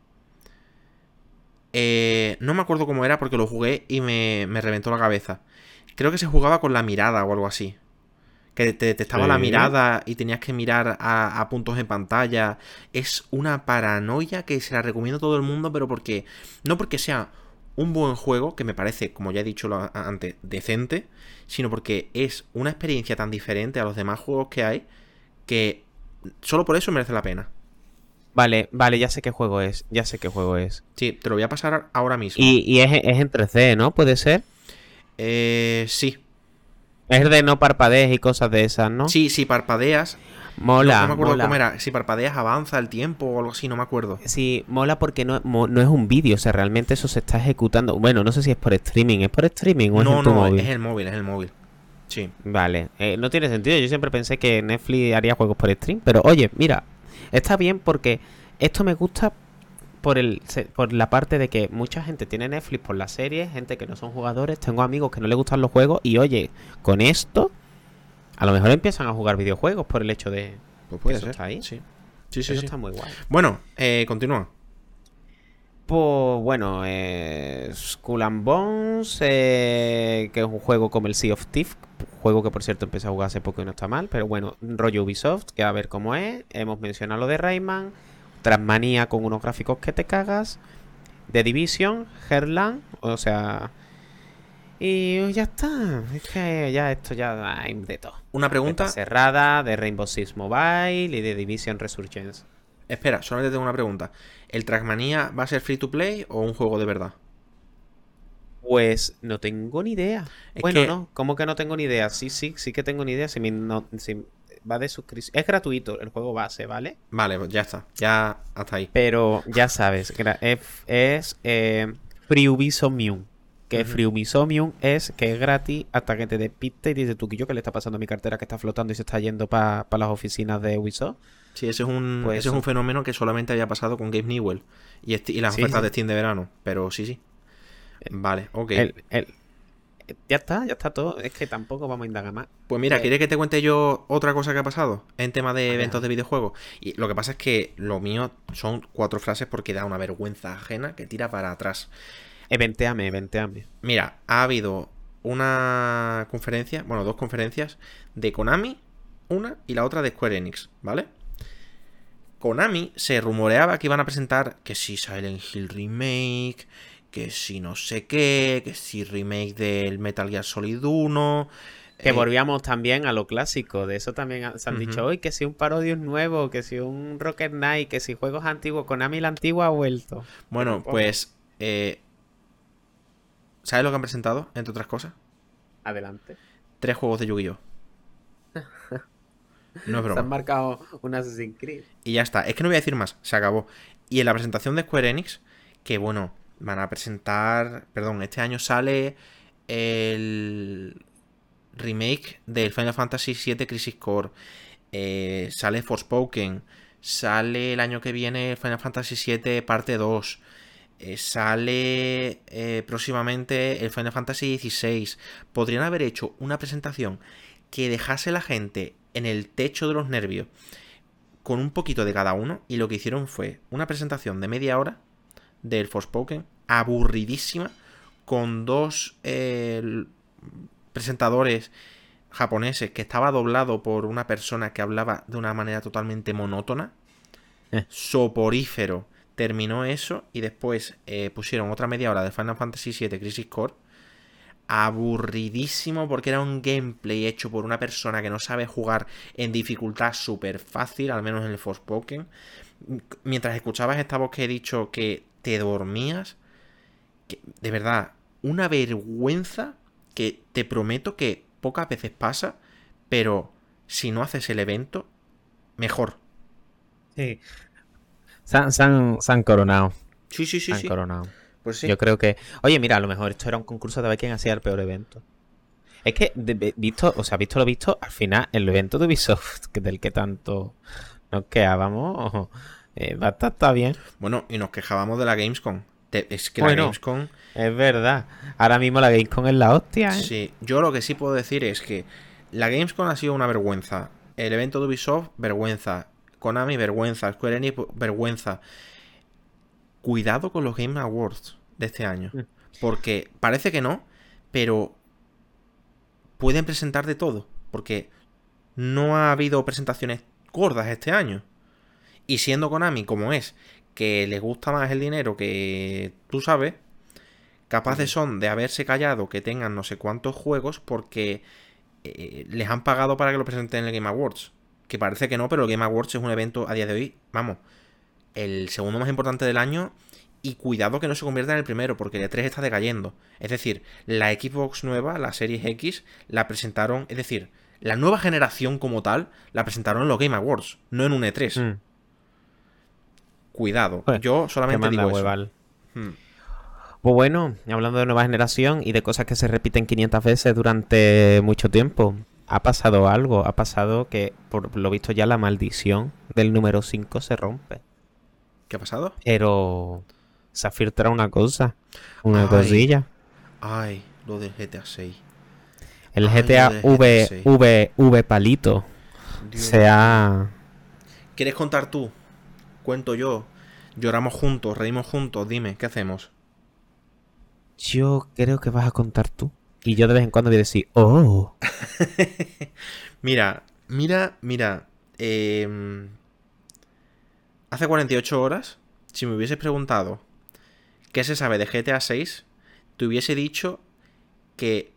Eh, no me acuerdo cómo era porque lo jugué y me, me reventó la cabeza. Creo que se jugaba con la mirada o algo así. que te detectaba
Sí.
la mirada y tenías que mirar a, a puntos en pantalla. Es una paranoia que se la recomiendo a todo el mundo, pero porque no porque sea un buen juego, que me parece, como ya he dicho lo- antes, decente, sino porque es una experiencia tan diferente a los demás juegos que hay que solo por eso merece la pena.
Vale, vale, ya sé qué juego es. Ya sé qué juego es.
Sí, te lo voy a pasar ahora mismo.
Y, y es, es en tres D, ¿no? ¿Puede ser?
Eh, sí.
Es de no parpadees y cosas de esas, ¿no?
Sí, si parpadeas. No, no
Mola,
me acuerdo
mola.
cómo era. Si parpadeas avanza el tiempo o algo así, no me acuerdo.
Sí, mola porque no, mo- no es un vídeo, o sea, realmente eso se está ejecutando. Bueno, no sé si es por streaming, ¿es por streaming o es
No,
en tu
no, es
móvil?
el móvil, es el móvil. Sí.
Vale, eh, no tiene sentido. Yo siempre pensé que Netflix haría juegos por stream, pero oye, mira, está bien porque esto me gusta por el se- por la parte de que mucha gente tiene Netflix por las series, gente que no son jugadores, tengo amigos que no les gustan los juegos y oye, con esto a lo mejor empiezan a jugar videojuegos por el hecho de
Pues
que
puede
eso
ser.
está ahí.
Sí. Sí, sí,
Eso
sí.
está muy guay.
Bueno, eh, continúa.
Pues bueno, eh, Skull and Bones, eh, que es un juego como el Sea of Thieves, juego que por cierto empecé a jugar hace poco y no está mal, pero bueno, rollo Ubisoft, que a ver cómo es. Hemos mencionado lo de Rayman, Transmanía con unos gráficos que te cagas, The Division, Heartland, o sea, y ya está. Es que ya esto ya hay de todo.
Una
Beta
pregunta.
cerrada de Rainbow Six Mobile y de Division Resurgence.
Espera, solamente tengo una pregunta. ¿El Trackmania va a ser free to play o un juego de verdad?
Pues no tengo ni idea.
Es
Bueno,
que.
no, ¿cómo que no tengo ni idea? Sí, sí, sí que tengo ni idea. Si, mi no- si va de suscripción. Es gratuito el juego base, ¿vale?
Vale, pues ya está. Ya hasta ahí.
Pero ya sabes, gra- es, es eh, Freeubisomium. Que
Ujú.
Freeubisomium es que es gratis hasta que te despistes y dices tú, ¿qué yo qué le está pasando a mi cartera que está flotando y se está yendo para las oficinas de Ubisoft?
Sí, ese es un,
Pues
ese es un
eso.
fenómeno que solamente había pasado con Gabe Newell y, esti- y las
Sí,
ofertas
sí.
de Steam de verano. Pero sí, sí. Vale, ok.
El, el- ya está, ya está todo. Es que tampoco vamos a indagar más.
Pues mira,
Que,
¿quieres que te cuente yo otra cosa que ha pasado en tema de eventos de
adelante.
videojuegos? Y lo que pasa es que lo mío son cuatro frases porque da una vergüenza ajena que tira para atrás.
Eventeame, eventeame.
Mira, ha habido una conferencia, bueno, dos conferencias de Konami, una y la otra de Square Enix, ¿vale? Konami se rumoreaba que iban a presentar que si Silent Hill Remake, que si no sé qué, que si remake del Metal Gear Solid uno.
Que
eh,
volvíamos también a lo clásico, de eso también ha- se han dicho
ujú.
hoy, que si un Parodius nuevo, que si un Rocket Knight, que si juegos antiguos, Konami la antigua ha vuelto. Pero
Bueno,
¿cómo?
pues, eh, ¿sabes lo que han presentado, entre otras cosas?
Adelante.
Tres juegos de Yu-Gi-Oh! No es
Se han
broma.
marcado un Assassin's Creed.
Y ya está. Es que no voy a decir más. Se acabó. Y en la presentación de Square Enix, que bueno, van a presentar. Perdón, este año sale el remake del Final Fantasy siete Crisis Core. Eh, sale Forspoken. Sale el año que viene Final Fantasy siete parte dos. Eh, sale eh, próximamente el Final Fantasy dieciséis. Podrían haber hecho una presentación que dejase la gente en el techo de los nervios con un poquito de cada uno, y lo que hicieron fue una presentación de media hora del Forspoken, aburridísima, con dos eh, presentadores japoneses que estaba doblado por una persona que hablaba de una manera totalmente monótona,
Eh.
soporífero. Terminó eso y después eh, pusieron otra media hora de Final Fantasy siete Crisis Core, aburridísimo porque era un gameplay hecho por una persona que no sabe jugar en dificultad súper fácil, al menos en el Forspoken. Mientras escuchabas esta voz que he dicho que te dormías, que, de verdad, una vergüenza que te prometo que pocas veces pasa, pero si no haces el evento, mejor.
Sí. Se han, se han- se han coronado.
Sí, sí, sí,
Se han
sí.
coronado.
Pues sí.
Yo creo que. Oye, mira, a lo mejor esto era un concurso de ver quién hacía el peor evento. Es que, de- de- visto, o sea, visto lo visto, al final, el evento de Ubisoft, que del que tanto nos quejábamos, eh, va a estar está bien.
Bueno, y nos quejábamos de la Gamescom. Te- es que la
Bueno,
Gamescom...
es verdad. Ahora mismo la Gamescom es la hostia, ¿eh?
Sí, yo lo que sí puedo decir es que la Gamescom ha sido una vergüenza. El evento de Ubisoft, vergüenza. Konami, vergüenza. Square Enix, vergüenza. Cuidado con los Game Awards de este año.
Mm.
Porque parece que no, pero pueden presentar de todo. Porque no ha habido presentaciones gordas este año. Y siendo Konami como es, que le gusta más el dinero que tú sabes, capaces
Sí.
son de haberse callado que tengan no sé cuántos juegos porque eh, les han pagado para que lo presenten en el Game Awards. Que parece que no, pero el Game Awards es un evento a día de hoy, vamos, el segundo más importante del año. Y cuidado que no se convierta en el primero, porque el E tres está decayendo. Es decir, la Xbox nueva, la Series X, la presentaron. Es decir, la nueva generación como tal, la presentaron en los Game Awards, no en un E tres.
Mm.
Cuidado,
Pues,
yo
que
solamente
manda
digo eso.
hueval.
Hmm.
Pues bueno, hablando de nueva generación y de cosas que se repiten quinientas veces durante mucho tiempo, ha pasado algo. Ha pasado que, por lo visto, ya la maldición del número cinco se rompe.
¿Qué ha pasado?
Pero se ha filtrado una cosa, una
Ay,
cosilla.
ay, lo del G T A seis.
El
Ay, lo
G T A
del G T A
V,
seis.
V, V palito
Dios
se
mío.
ha...
¿Quieres contar tú? Cuento yo. Lloramos juntos, reímos juntos. Dime, ¿qué hacemos?
Yo creo que vas a contar tú. Y yo de vez en cuando voy a decir, oh.
Mira, mira, mira. eh, hace cuarenta y ocho horas, si me hubieses preguntado qué se sabe de G T A seis, te hubiese dicho que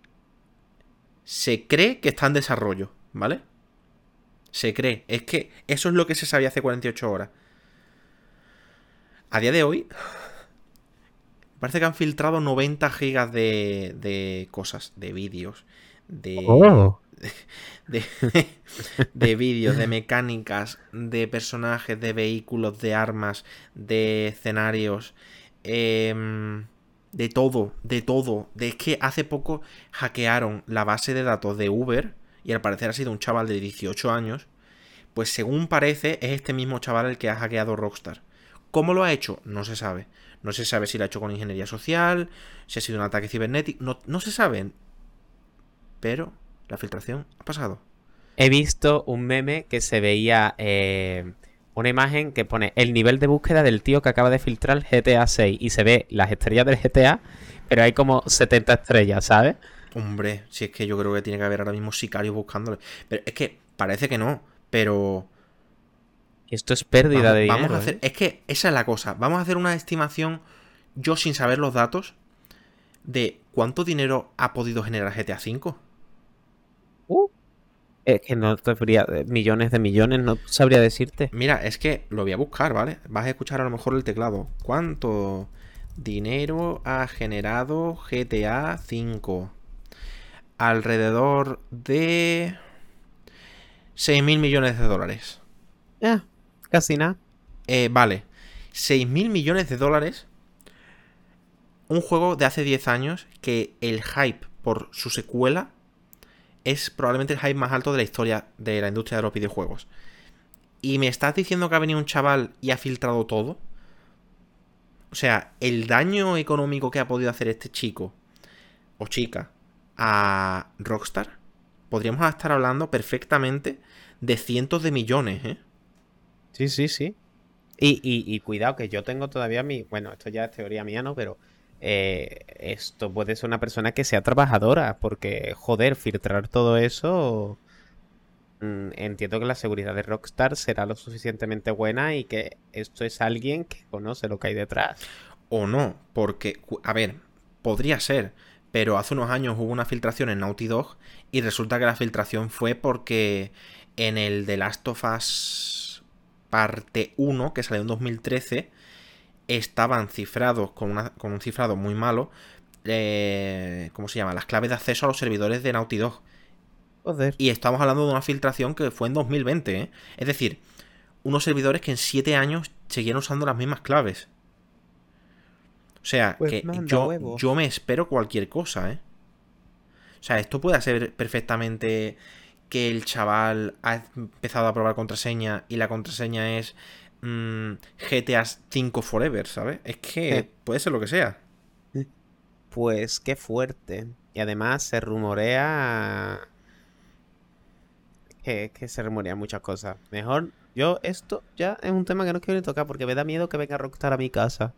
se cree que está en desarrollo, ¿vale? Se cree. Es que eso es lo que se sabía hace cuarenta y ocho horas. A día de hoy, parece que han filtrado noventa gigas de, de cosas, de vídeos, de,
Oh.
de, de vídeos, de mecánicas, de personajes, de vehículos, de armas, de escenarios, eh, de todo, de todo. De, es que hace poco hackearon la base de datos de Uber y al parecer ha sido un chaval de dieciocho años. Pues según parece es este mismo chaval el que ha hackeado Rockstar. ¿Cómo lo ha hecho? No se sabe. No se sabe si lo ha hecho con ingeniería social, si ha sido un ataque cibernético. No, no se sabe. Pero la filtración ha pasado.
He visto un meme que se veía eh, una imagen que pone el nivel de búsqueda del tío que acaba de filtrar el G T A seis y se ve las estrellas del G T A, pero hay como setenta estrellas, ¿sabes?
Hombre, si es que yo creo que tiene que haber ahora mismo sicarios buscándole. Pero es que parece que no. Pero
Esto es pérdida
vamos,
de
vamos a
dinero,
hacer.
¿eh?
Es que esa es la cosa. Vamos a hacer una estimación, yo sin saber los datos, de cuánto dinero ha podido generar G T A cinco.
Uh, es que no te sabría, eh, millones de millones, no sabría decirte.
Mira, es que lo voy a buscar, ¿vale? Vas a escuchar a lo mejor el teclado. ¿Cuánto dinero ha generado G T A cinco? Alrededor de seis mil millones de dólares.
Ya, casi nada.
Eh, vale, seis mil millones de dólares. Un juego de hace diez años que el hype por su secuela es probablemente el hype más alto de la historia de la industria de los videojuegos. ¿Y me estás diciendo que ha venido un chaval y ha filtrado todo? O sea, el daño económico que ha podido hacer este chico o chica a Rockstar, podríamos estar hablando perfectamente de cientos de millones, ¿eh?
Sí, sí, sí. Y, y, y cuidado, que yo tengo todavía mi... Bueno, esto ya es teoría mía, ¿no? Pero eh, esto puede ser una persona que sea trabajadora, porque, joder, filtrar todo eso... mm, entiendo que la seguridad de Rockstar será lo suficientemente buena y que esto es alguien que conoce lo que hay detrás.
O no, porque, a ver, podría ser, pero hace unos años hubo una filtración en Naughty Dog y resulta que la filtración fue porque en el The Last of Us parte uno, que salió en dos mil trece, estaban cifrados con, una, con un cifrado muy malo, eh, ¿cómo se llama? Las claves de acceso a los servidores de Naughty Dog.
Joder.
Y estamos hablando de una filtración que fue en dos mil veinte, ¿eh? Es decir, unos servidores que en siete años seguían usando las mismas claves. O sea,
Pues
que
manda
yo,
huevos.
yo me espero cualquier cosa, ¿eh? O sea, esto puede ser perfectamente que el chaval ha empezado a probar contraseña y la contraseña es mmm, G T A cinco Forever, ¿sabes? Es que puede ser lo que sea.
Pues qué fuerte. Y además se rumorea que, que se rumorean muchas cosas. Mejor, yo esto ya es un tema que no quiero ni tocar porque me da miedo que venga Rockstar a mi casa.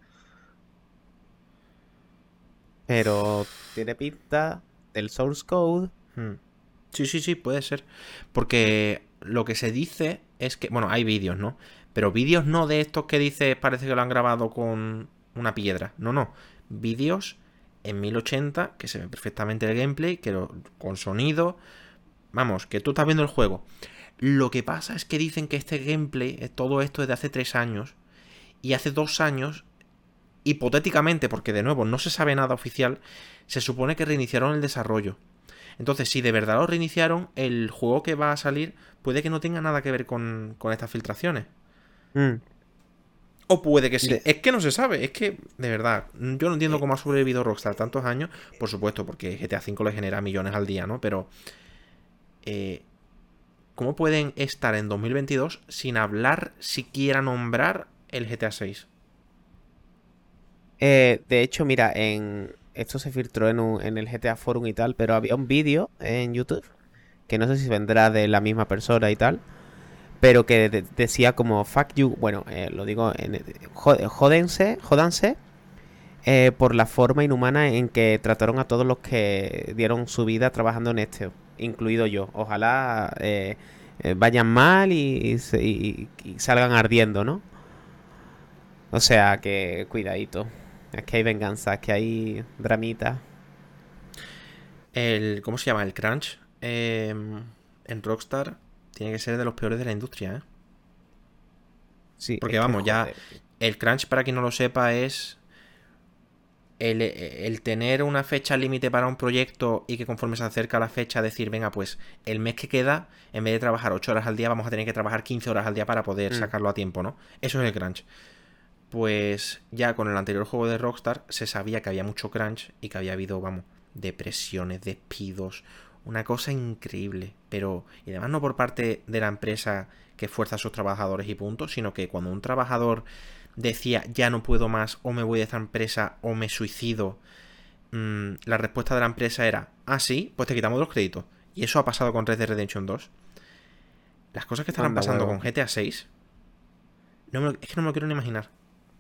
Pero tiene pinta del source code
Hmm. Sí, sí, sí, puede ser. Porque lo que se dice es que, bueno, hay vídeos, ¿no? Pero vídeos no de estos que dices parece que lo han grabado con una piedra. No, no. Vídeos en mil ochenta, que se ve perfectamente el gameplay, que lo- con sonido. Vamos, que tú estás viendo el juego. Lo que pasa es que dicen que este gameplay, eh, todo esto es de hace tres años. Y hace dos años, hipotéticamente, porque de nuevo no se sabe nada oficial, se supone que reiniciaron el desarrollo. Entonces, si de verdad lo reiniciaron, el juego que va a salir puede que no tenga nada que ver con, con estas filtraciones.
Mm.
O puede que sí.
De-
Es que no se sabe. Es que, de verdad, yo no entiendo
eh,
cómo ha sobrevivido Rockstar tantos años. Por supuesto, porque G T A cinco le genera millones al día, ¿no? Pero, eh, ¿cómo pueden estar en dos mil veintidós sin hablar, siquiera nombrar el G T A seis?
eh, de hecho, mira, en esto se filtró en, un- en el G T A Forum y tal, pero había un vídeo en YouTube que no sé si vendrá de la misma persona y tal, pero que de- decía como fuck you, bueno, eh, lo digo en jo- jódense, jódanse eh, por la forma inhumana en que trataron a todos los que dieron su vida trabajando en esto, incluido yo. Ojalá eh, eh, vayan mal y, y se- y- y salgan ardiendo, ¿no? O sea que cuidadito. Es que hay venganza, es que hay dramita.
El, ¿cómo se llama? El crunch eh, en Rockstar tiene que ser de los peores de la industria, ¿eh?
Sí, es
Porque
que
vamos, ya
joder, tío.
el crunch, para quien no lo sepa, es el, el tener una fecha límite para un proyecto y que conforme se acerca la fecha decir, venga, pues el mes que queda, en vez de trabajar ocho horas al día, vamos a tener que trabajar quince horas al día para poder
Mm,
sacarlo a tiempo, ¿no? Eso es el crunch. Pues ya con el anterior juego de Rockstar se sabía que había mucho crunch y que había habido, vamos, depresiones, despidos, una cosa increíble. Pero, y además no por parte de la empresa que fuerza a sus trabajadores y punto, sino que cuando un trabajador decía ya no puedo más, o me voy de esta empresa, o me suicido, mmm, la respuesta de la empresa era, ah, sí, pues te quitamos los créditos. Y eso ha pasado con Red Dead Redemption dos. Las cosas que estarán
manda
pasando
huevo.
con G T A seis, no me lo- es que no me lo quiero ni imaginar.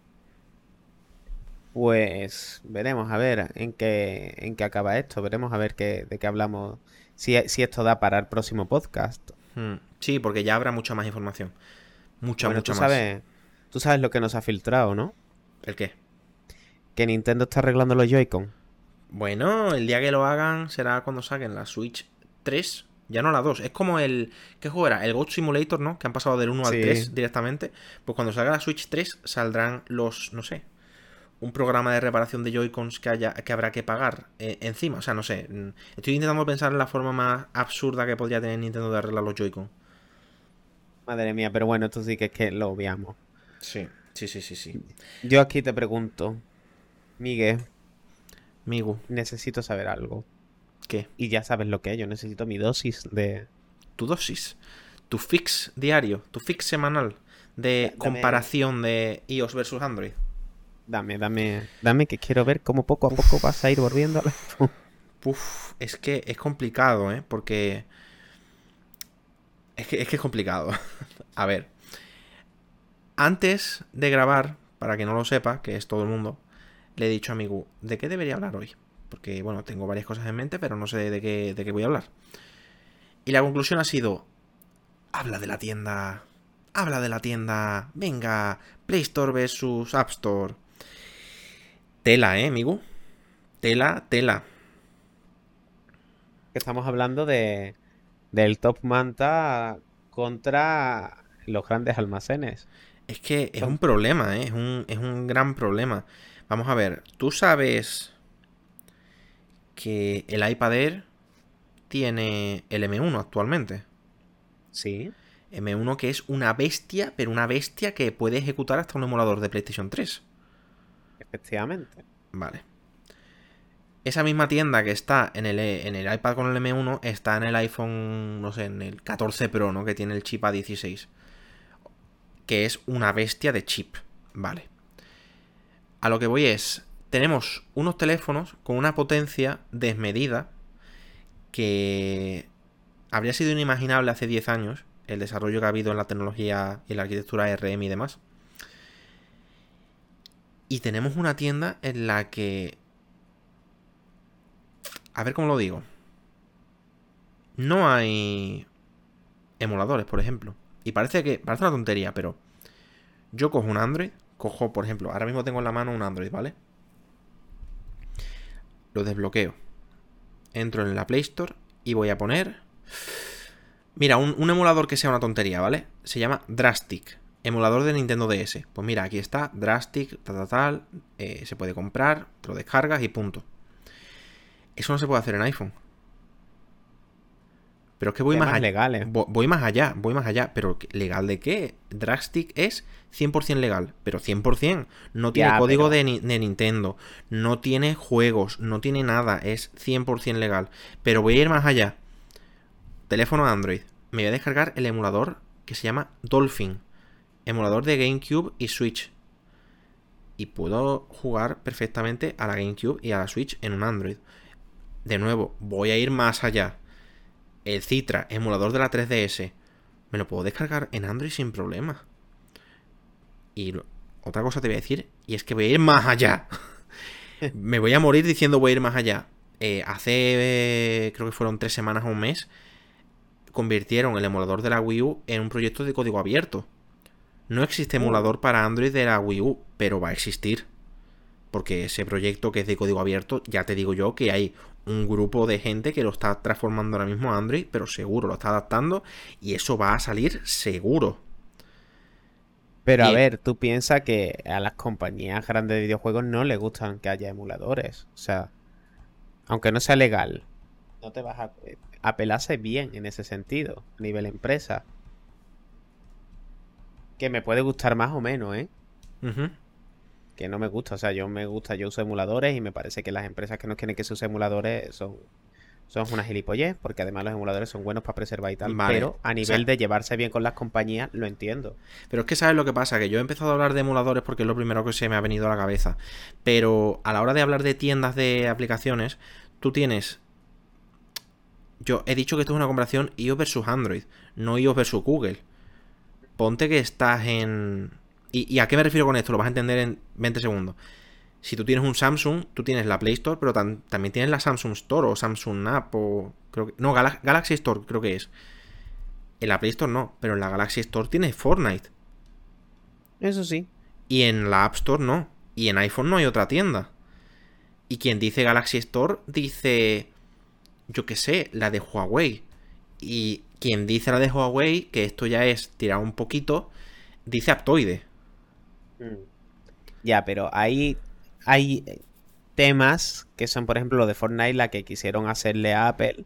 Pues veremos a ver en qué, en qué acaba esto. Veremos a ver qué, de qué hablamos. Si, si esto da para el próximo podcast.
Hmm, sí, porque ya habrá mucha más información. Mucha,
Bueno, tú
mucha más.
sabes, tú sabes lo que nos ha filtrado, ¿no?
¿El qué?
Que Nintendo está arreglando los Joy-Con.
Bueno, el día que lo hagan será cuando saquen la Switch tres. Ya no la dos. Es como el... ¿Qué juego era? El Goat Simulator, ¿no? Que han pasado del uno al
Sí,
tres directamente. Pues cuando salga la Switch tres saldrán los... No sé. Un programa de reparación de Joy-Cons que, haya, que habrá que pagar eh, encima. O sea, no sé. mm, Estoy intentando pensar en la forma más absurda que podría tener Nintendo de arreglar los Joy-Con.
madre mía, pero bueno, esto sí que es que lo obviamos.
Sí, sí, sí, sí, sí.
Yo aquí te pregunto, Miguel,
Migu,
necesito saber algo.
¿qué?
Y ya sabes lo que es, yo necesito mi dosis de...
Tu dosis. Tu fix diario. Tu fix semanal
da-
de
Dame,
comparación de iOS versus Android.
dame, dame, dame que quiero ver cómo poco a poco
Uf,
vas a ir volviendo al iPhone.
uf, es que es complicado, ¿eh? Porque es que es, que es complicado. A ver, antes de grabar, para que no lo sepa, que es todo el mundo, le he dicho a mi Gu, ¿de qué debería hablar hoy? Porque, bueno, tengo varias cosas en mente, pero no sé de qué, de qué voy a hablar. Y la conclusión ha sido, habla de la tienda, habla de la tienda, venga, Play Store versus App Store. Tela, ¿eh, amigo? Tela, tela.
Estamos hablando de del Top Manta contra los grandes almacenes.
Es que es un
Son-
problema, ¿eh? Es un, es un gran problema. Vamos a ver, tú sabes que el iPad Air tiene el M uno actualmente.
Sí,
M uno que es una bestia, pero una bestia que puede ejecutar hasta un emulador de PlayStation tres.
efectivamente.
Vale. Esa misma tienda que está en el, en el iPad con el M uno está en el iPhone, no sé, en el catorce Pro, ¿no? Que tiene el chip A dieciséis. Que es una bestia de chip. Vale. A lo que voy es, tenemos unos teléfonos con una potencia desmedida que habría sido inimaginable hace diez años, el desarrollo que ha habido en la tecnología y la arquitectura A R M y demás. Y tenemos una tienda en la que... A ver cómo lo digo. no hay emuladores, por ejemplo. Y parece que parece una tontería, pero yo cojo un Android, cojo, por ejemplo, ahora mismo tengo en la mano un Android, ¿vale? Lo desbloqueo. Entro en la Play Store y voy a poner... Mira, un, un emulador que sea una tontería, ¿vale? Se llama Drastic, emulador de Nintendo D S. Pues mira, aquí está, Drastic, tal, tal, tal. Eh, se puede comprar, te lo descargas y punto. Eso no se puede hacer en iPhone. Pero es que voy más
Temas
allá.
legales.
Voy más allá, voy más allá. ¿Pero legal de qué? Drastic es cien por ciento legal, pero cien por ciento. No tiene
Ya,
código
pero...
de, ni- de Nintendo, no tiene juegos, no tiene nada, es cien por ciento legal. Pero voy a ir más allá. Teléfono Android. Me voy a descargar el emulador que se llama Dolphin. Emulador de GameCube y Switch. Y puedo jugar perfectamente a la GameCube y a la Switch en un Android. De nuevo, voy a ir más allá. El Citra, emulador de la tres D S. Me lo puedo descargar en Android sin problema. Y lo- otra cosa te voy a decir, y es que voy a ir más allá. Me voy a morir diciendo voy a ir más allá. Eh, hace, eh, creo que fueron tres semanas o un mes, convirtieron el emulador de la Wii U en un proyecto de código abierto. No existe
Uh,
emulador para Android de la Wii U, pero va a existir. Porque ese proyecto que es de código abierto, ya te digo yo que hay un grupo de gente que lo está transformando ahora mismo a Android, pero seguro lo está adaptando y eso va a salir seguro.
Pero a
Y
ver, tú piensas que a las compañías grandes de videojuegos no les gustan que haya emuladores. O sea, aunque no sea legal, no te vas a eh, apelarse bien en ese sentido, a nivel empresa. Que me puede gustar más o menos, ¿eh?
ujú.
Que no me gusta. O sea, yo me gusta, yo uso emuladores y me parece que las empresas que no quieren que se use emuladores son, son unas gilipollez, porque además los emuladores son buenos para preservar y tal.
Vale.
Pero a
O
nivel
sea,
de llevarse bien con las compañías, lo entiendo.
pero es que sabes lo que pasa, que yo he empezado a hablar de emuladores porque es lo primero que se me ha venido a la cabeza. Pero a la hora de hablar de tiendas de aplicaciones, tú tienes... Yo he dicho que esto es una comparación iOS versus Android, no iOS versus Google. Ponte que estás en... ¿Y, y a qué me refiero con esto? Lo vas a entender en veinte segundos. Si tú tienes un Samsung, tú tienes la Play Store, pero tam- también tienes la Samsung Store o Samsung App o... Creo que, no, Gala- Galaxy Store creo que es. En la Play Store no, pero en la Galaxy Store tienes Fortnite.
Eso sí.
Y en la App Store no. Y en iPhone no hay otra tienda. Y quien dice Galaxy Store dice, yo qué sé, la de Huawei. Y quien dice la de Huawei, que esto ya es tirar un poquito, dice Aptoide.
Mm. Ya, pero hay, hay eh, temas que son, por ejemplo, lo de Fortnite, la que quisieron hacerle a Apple.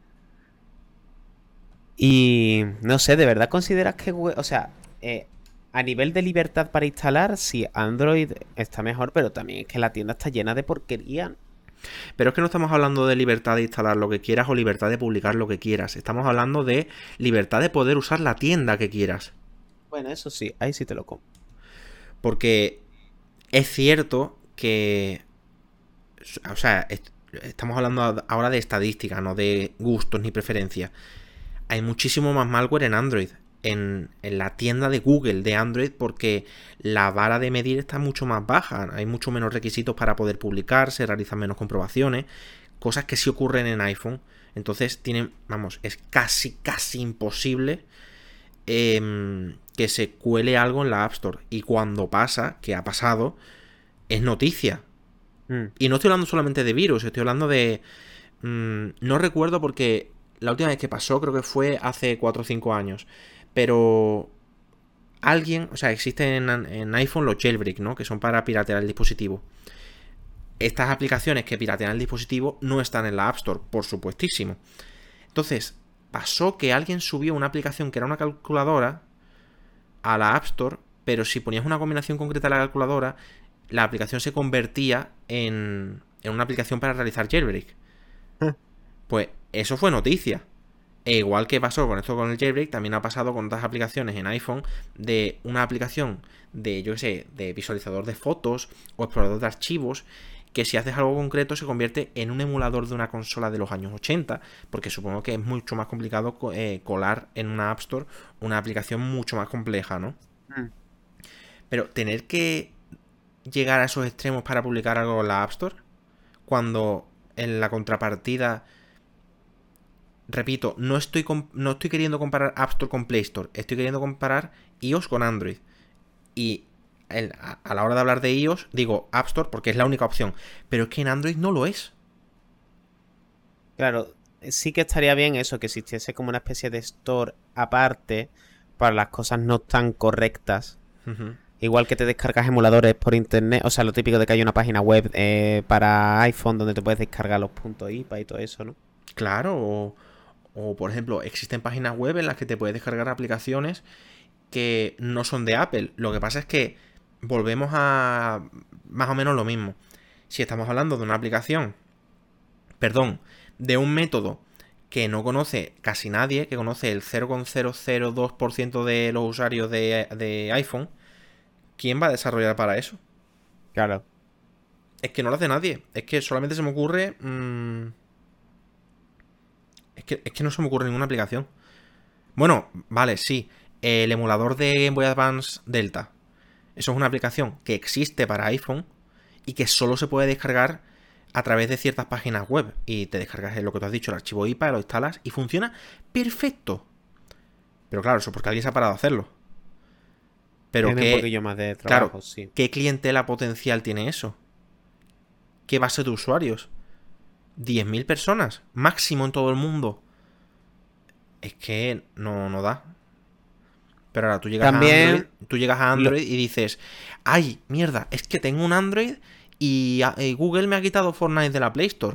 Y no sé, ¿de verdad consideras que, we- o sea, eh, a nivel de libertad para instalar, sí, Android está mejor, pero también es que la tienda está llena de porquería.
Pero es que no estamos hablando de libertad de instalar lo que quieras o libertad de publicar lo que quieras. Estamos hablando de libertad de poder usar la tienda que quieras.
Bueno, eso sí, ahí sí te lo compro.
Porque es cierto que... O sea, est- estamos hablando ahora de estadística, no de gustos ni preferencias. Hay muchísimo más malware en Android. En, en la tienda de Google de Android porque la vara de medir está mucho más baja. Hay mucho menos requisitos para poder publicar, se realizan menos comprobaciones. Cosas que sí ocurren en iPhone. Entonces tienen, vamos, es casi, casi imposible eh, que se cuele algo en la App Store. Y cuando pasa, que ha pasado, es noticia.
Mm.
Y no estoy hablando solamente de virus, estoy hablando de... Mmm, no recuerdo porque la última vez que pasó creo que fue hace cuatro o cinco años. Pero alguien, o sea, existen en, en iPhone los jailbreak, ¿no? Que son para piratear el dispositivo. Estas aplicaciones que piratean el dispositivo no están en la App Store, por supuestísimo. Entonces, pasó que alguien subió una aplicación que era una calculadora a la App Store, pero si ponías una combinación concreta de la calculadora, la aplicación se convertía en, en una aplicación para realizar jailbreak. Pues eso fue noticia. E igual que pasó con esto con el jailbreak, también ha pasado con otras aplicaciones en iPhone de una aplicación de, yo qué sé, de visualizador de fotos o explorador de archivos, que si haces algo concreto se convierte en un emulador de una consola de los años ochenta, porque supongo que es mucho más complicado eh, colar en una App Store una aplicación mucho más compleja, ¿no?
Mm.
Pero tener que llegar a esos extremos para publicar algo en la App Store, cuando en la contrapartida repito, no estoy, no estoy queriendo comparar App Store con Play Store. Estoy queriendo comparar iOS con Android. Y el, a, a la hora de hablar de iOS, digo App Store porque es la única opción. Pero es que en Android no lo es.
Claro, sí que estaría bien eso, que existiese como una especie de store aparte para las cosas no tan correctas.
Uh-huh.
Igual que te descargas emuladores por internet, o sea, lo típico de que hay una página web eh, para iPhone donde te puedes descargar los puntos I P A y todo eso, ¿no?
Claro, o, o por ejemplo, existen páginas web en las que te puedes descargar aplicaciones que no son de Apple. Lo que pasa es que volvemos a más o menos lo mismo. Si estamos hablando de una aplicación, perdón, de un método que no conoce casi nadie, que conoce el cero coma cero cero dos por ciento de los usuarios de, de iPhone, ¿quién va a desarrollar para eso?
Claro.
Es que no lo hace nadie. Es que solamente se me ocurre... Mmm, es, que, es que no se me ocurre ninguna aplicación. Bueno, vale, sí. El emulador de Game Boy Advance Delta. Eso es una aplicación que existe para iPhone y que solo se puede descargar a través de ciertas páginas web. Y te descargas lo que tú has dicho, el archivo I P A, lo instalas y funciona perfecto. Pero claro, eso porque alguien se ha parado a hacerlo. Pero
Tiene
qué,
un poquillo más de trabajo,
claro,
sí.
¿qué clientela potencial tiene eso? ¿Qué base de usuarios? diez mil personas, máximo en todo el mundo. Es que no, no da. Pero ahora tú llegas
También
a Android, tú llegas a Android
lo...
y dices, ay, mierda, es que tengo un Android y, y Google me ha quitado Fortnite de la Play Store.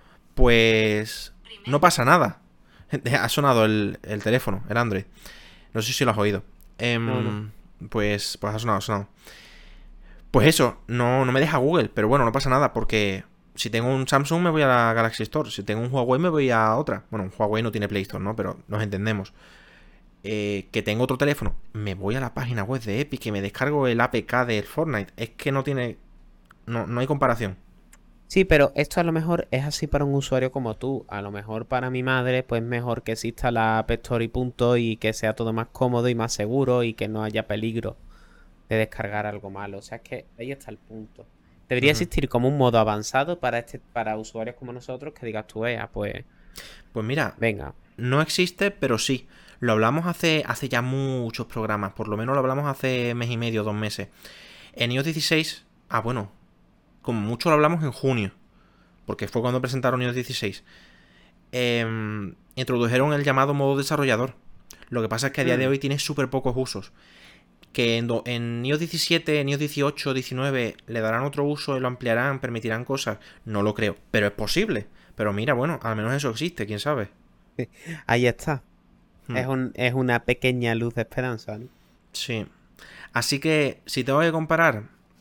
Pues no pasa nada. Ha sonado el, el teléfono, el Android. No sé si lo has oído. Eh,
No, no.
Pues, pues ha sonado, ha sonado. Pues eso, no, no me deja Google, pero bueno, no pasa nada, porque si tengo un Samsung me voy a la Galaxy Store, si tengo un Huawei me voy a otra. Bueno, un Huawei no tiene Play Store, ¿no? Pero nos entendemos. Eh, que tengo otro teléfono, me voy a la página web de Epic y me descargo el A P K del Fortnite. Es que no tiene... No, no hay comparación.
Sí, pero esto a lo mejor es así para un usuario como tú. A lo mejor para mi madre, pues mejor que exista la App Store y punto, y que sea todo más cómodo y más seguro y que no haya peligro de descargar algo malo. O sea, es que ahí está el punto. Debería
Uh-huh.
existir como un modo avanzado para este, para usuarios como nosotros que digas tú, vea, pues,
Pues mira,
venga.
no existe, pero sí. Lo hablamos hace, hace ya muchos programas. Por lo menos lo hablamos hace mes y medio, dos meses. En iOS dieciséis... Ah, bueno. Como mucho lo hablamos en junio. Porque fue cuando presentaron iOS dieciséis. Eh, introdujeron el llamado modo desarrollador. Lo que pasa es que a día de
Mm.
hoy tiene súper pocos usos. Que en, do, en iOS diecisiete, en iOS dieciocho, diecinueve le darán otro uso y lo ampliarán, permitirán cosas. No lo creo. Pero es posible. Pero mira, bueno, al menos eso existe, quién sabe.
Ahí está.
Hmm.
Es, un, es una pequeña luz de esperanza, ¿no?
Sí. Así que, si tengo que comparar,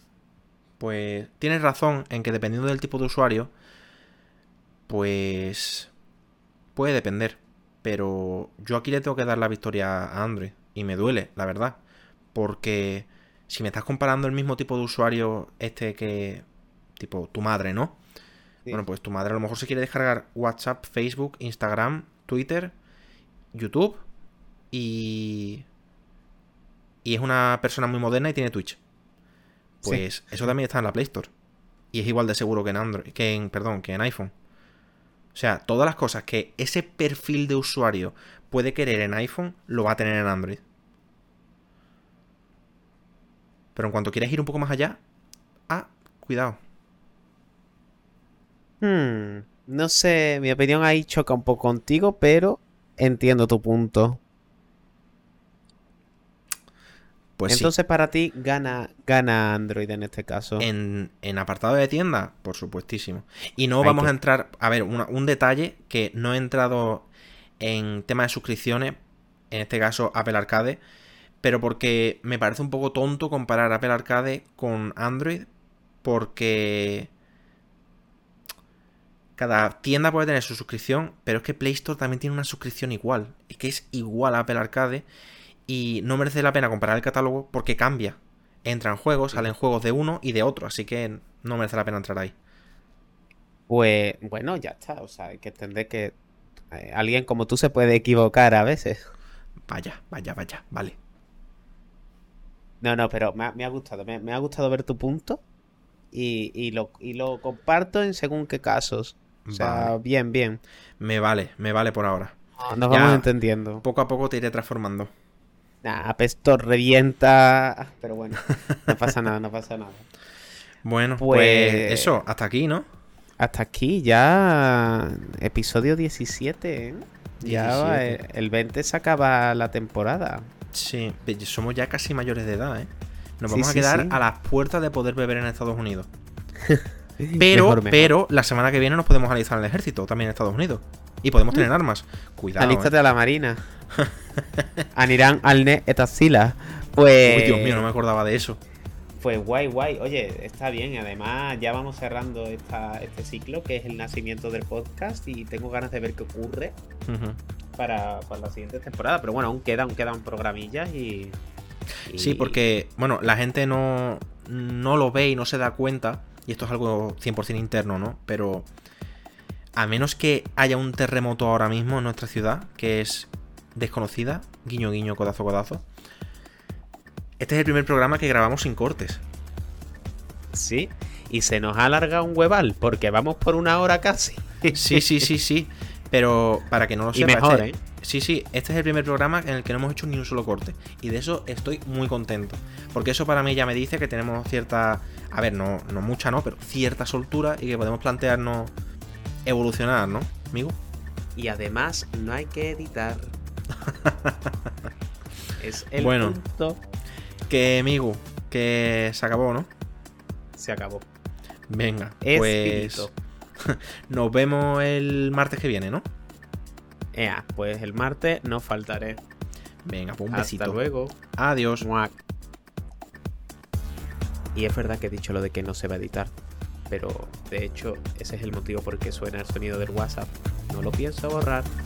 pues tienes razón en que dependiendo del tipo de usuario, pues puede depender. Pero yo aquí le tengo que dar la victoria a Android. Y me duele, la verdad. Porque si me estás comparando el mismo tipo de usuario este que... Tipo, tu madre, ¿no?
Sí.
Bueno, pues tu madre a lo mejor se quiere descargar WhatsApp, Facebook, Instagram, Twitter, YouTube y... Y es una persona muy moderna y tiene Twitch. Pues
Sí.
eso también está en la Play Store. Y es igual de seguro que en Android, que en, perdón, que en iPhone. O sea, todas las cosas que ese perfil de usuario puede querer en iPhone, lo va a tener en Android. Pero en cuanto quieras ir un poco más allá, ah, cuidado.
Hmm, no sé, mi opinión ahí choca un poco contigo, pero entiendo tu punto.
Pues sí.
Entonces para ti gana, gana Android en este caso.
En, en apartado de tienda, por supuestísimo. Y no
Hay
vamos
que...
a entrar... A ver, una, un detalle que no he entrado en tema de suscripciones, en este caso Apple Arcade, pero porque me parece un poco tonto comparar Apple Arcade con Android, porque cada tienda puede tener su suscripción, pero es que Play Store también tiene una suscripción igual. Es que es igual a Apple Arcade y no merece la pena comparar el catálogo porque cambia. Entran juegos, salen juegos de uno y de otro, así que no merece la pena entrar ahí.
Pues bueno, ya está. O sea, hay que entender que eh, alguien como tú se puede equivocar a veces.
Vaya, vaya, vaya, vale.
No, no, pero me ha, me ha gustado. Me, me ha gustado ver tu punto y, y, lo, y lo comparto en según qué casos. O sea,
Vale.
bien, bien.
Me vale, me vale por ahora.
nos
Ya
vamos entendiendo.
poco a poco te iré transformando.
Nah, apesto, revienta. Pero bueno, no pasa nada, no pasa nada.
Bueno,
Pues-
pues eso, hasta aquí, ¿no?
Hasta aquí ya episodio diecisiete, ¿eh? Ya va,
diecisiete.
eh, el veinte se acaba la temporada.
Sí, ve- somos ya casi mayores de edad, ¿eh? Nos
Sí,
vamos a
sí,
quedar
sí.
a las puertas de poder beber en Estados Unidos. Pero,
Mejor, mejor.
pero, la semana que viene nos podemos alistar en el ejército, también en Estados Unidos. Y podemos tener armas. Cuidado,
Alístate
¿eh?
a la marina. Anirán al ne etasila. Pues.
Uy, Dios mío, no me acordaba de eso.
Pues guay, guay. Oye, está bien. Además, ya vamos cerrando esta, este ciclo, que es el nacimiento del podcast. Y tengo ganas de ver qué ocurre
Ujú.
para, para la siguiente temporada. Pero bueno, aún quedan, aún quedan programillas y. y-
Sí, porque, bueno, la gente no, no lo ve y no se da cuenta. Y esto es algo cien por ciento interno, ¿no? Pero a menos que haya un terremoto ahora mismo en nuestra ciudad, que es desconocida, guiño, guiño, codazo, codazo. Este es el primer programa que grabamos sin cortes.
Sí. Y se nos ha alargado un hueval, porque vamos por una hora casi.
Sí, sí, sí, sí. Pero para que no lo
Y
sepa,
mejor,
este-
¿eh?
Sí, sí, este es el primer programa en el que no hemos hecho ni un solo corte. Y de eso estoy muy contento. Porque eso para mí ya me dice que tenemos cierta... A ver, no, no mucha, no, pero cierta soltura y que podemos plantearnos evolucionar, ¿no, amigo?
Y además, no hay que editar. Es el
Bueno.
punto.
Que, amigo, que se acabó, ¿no?
Se acabó.
Venga,
Es
pues...
finito.
Nos vemos el martes que viene, ¿no?
Ea, pues el martes no faltaré.
Venga, pues un
Hasta
besito.
luego.
Adiós.
Muac. Y es verdad que he dicho lo de que no se va a editar. Pero de hecho, ese es el motivo por el que suena el sonido del WhatsApp. No lo pienso borrar.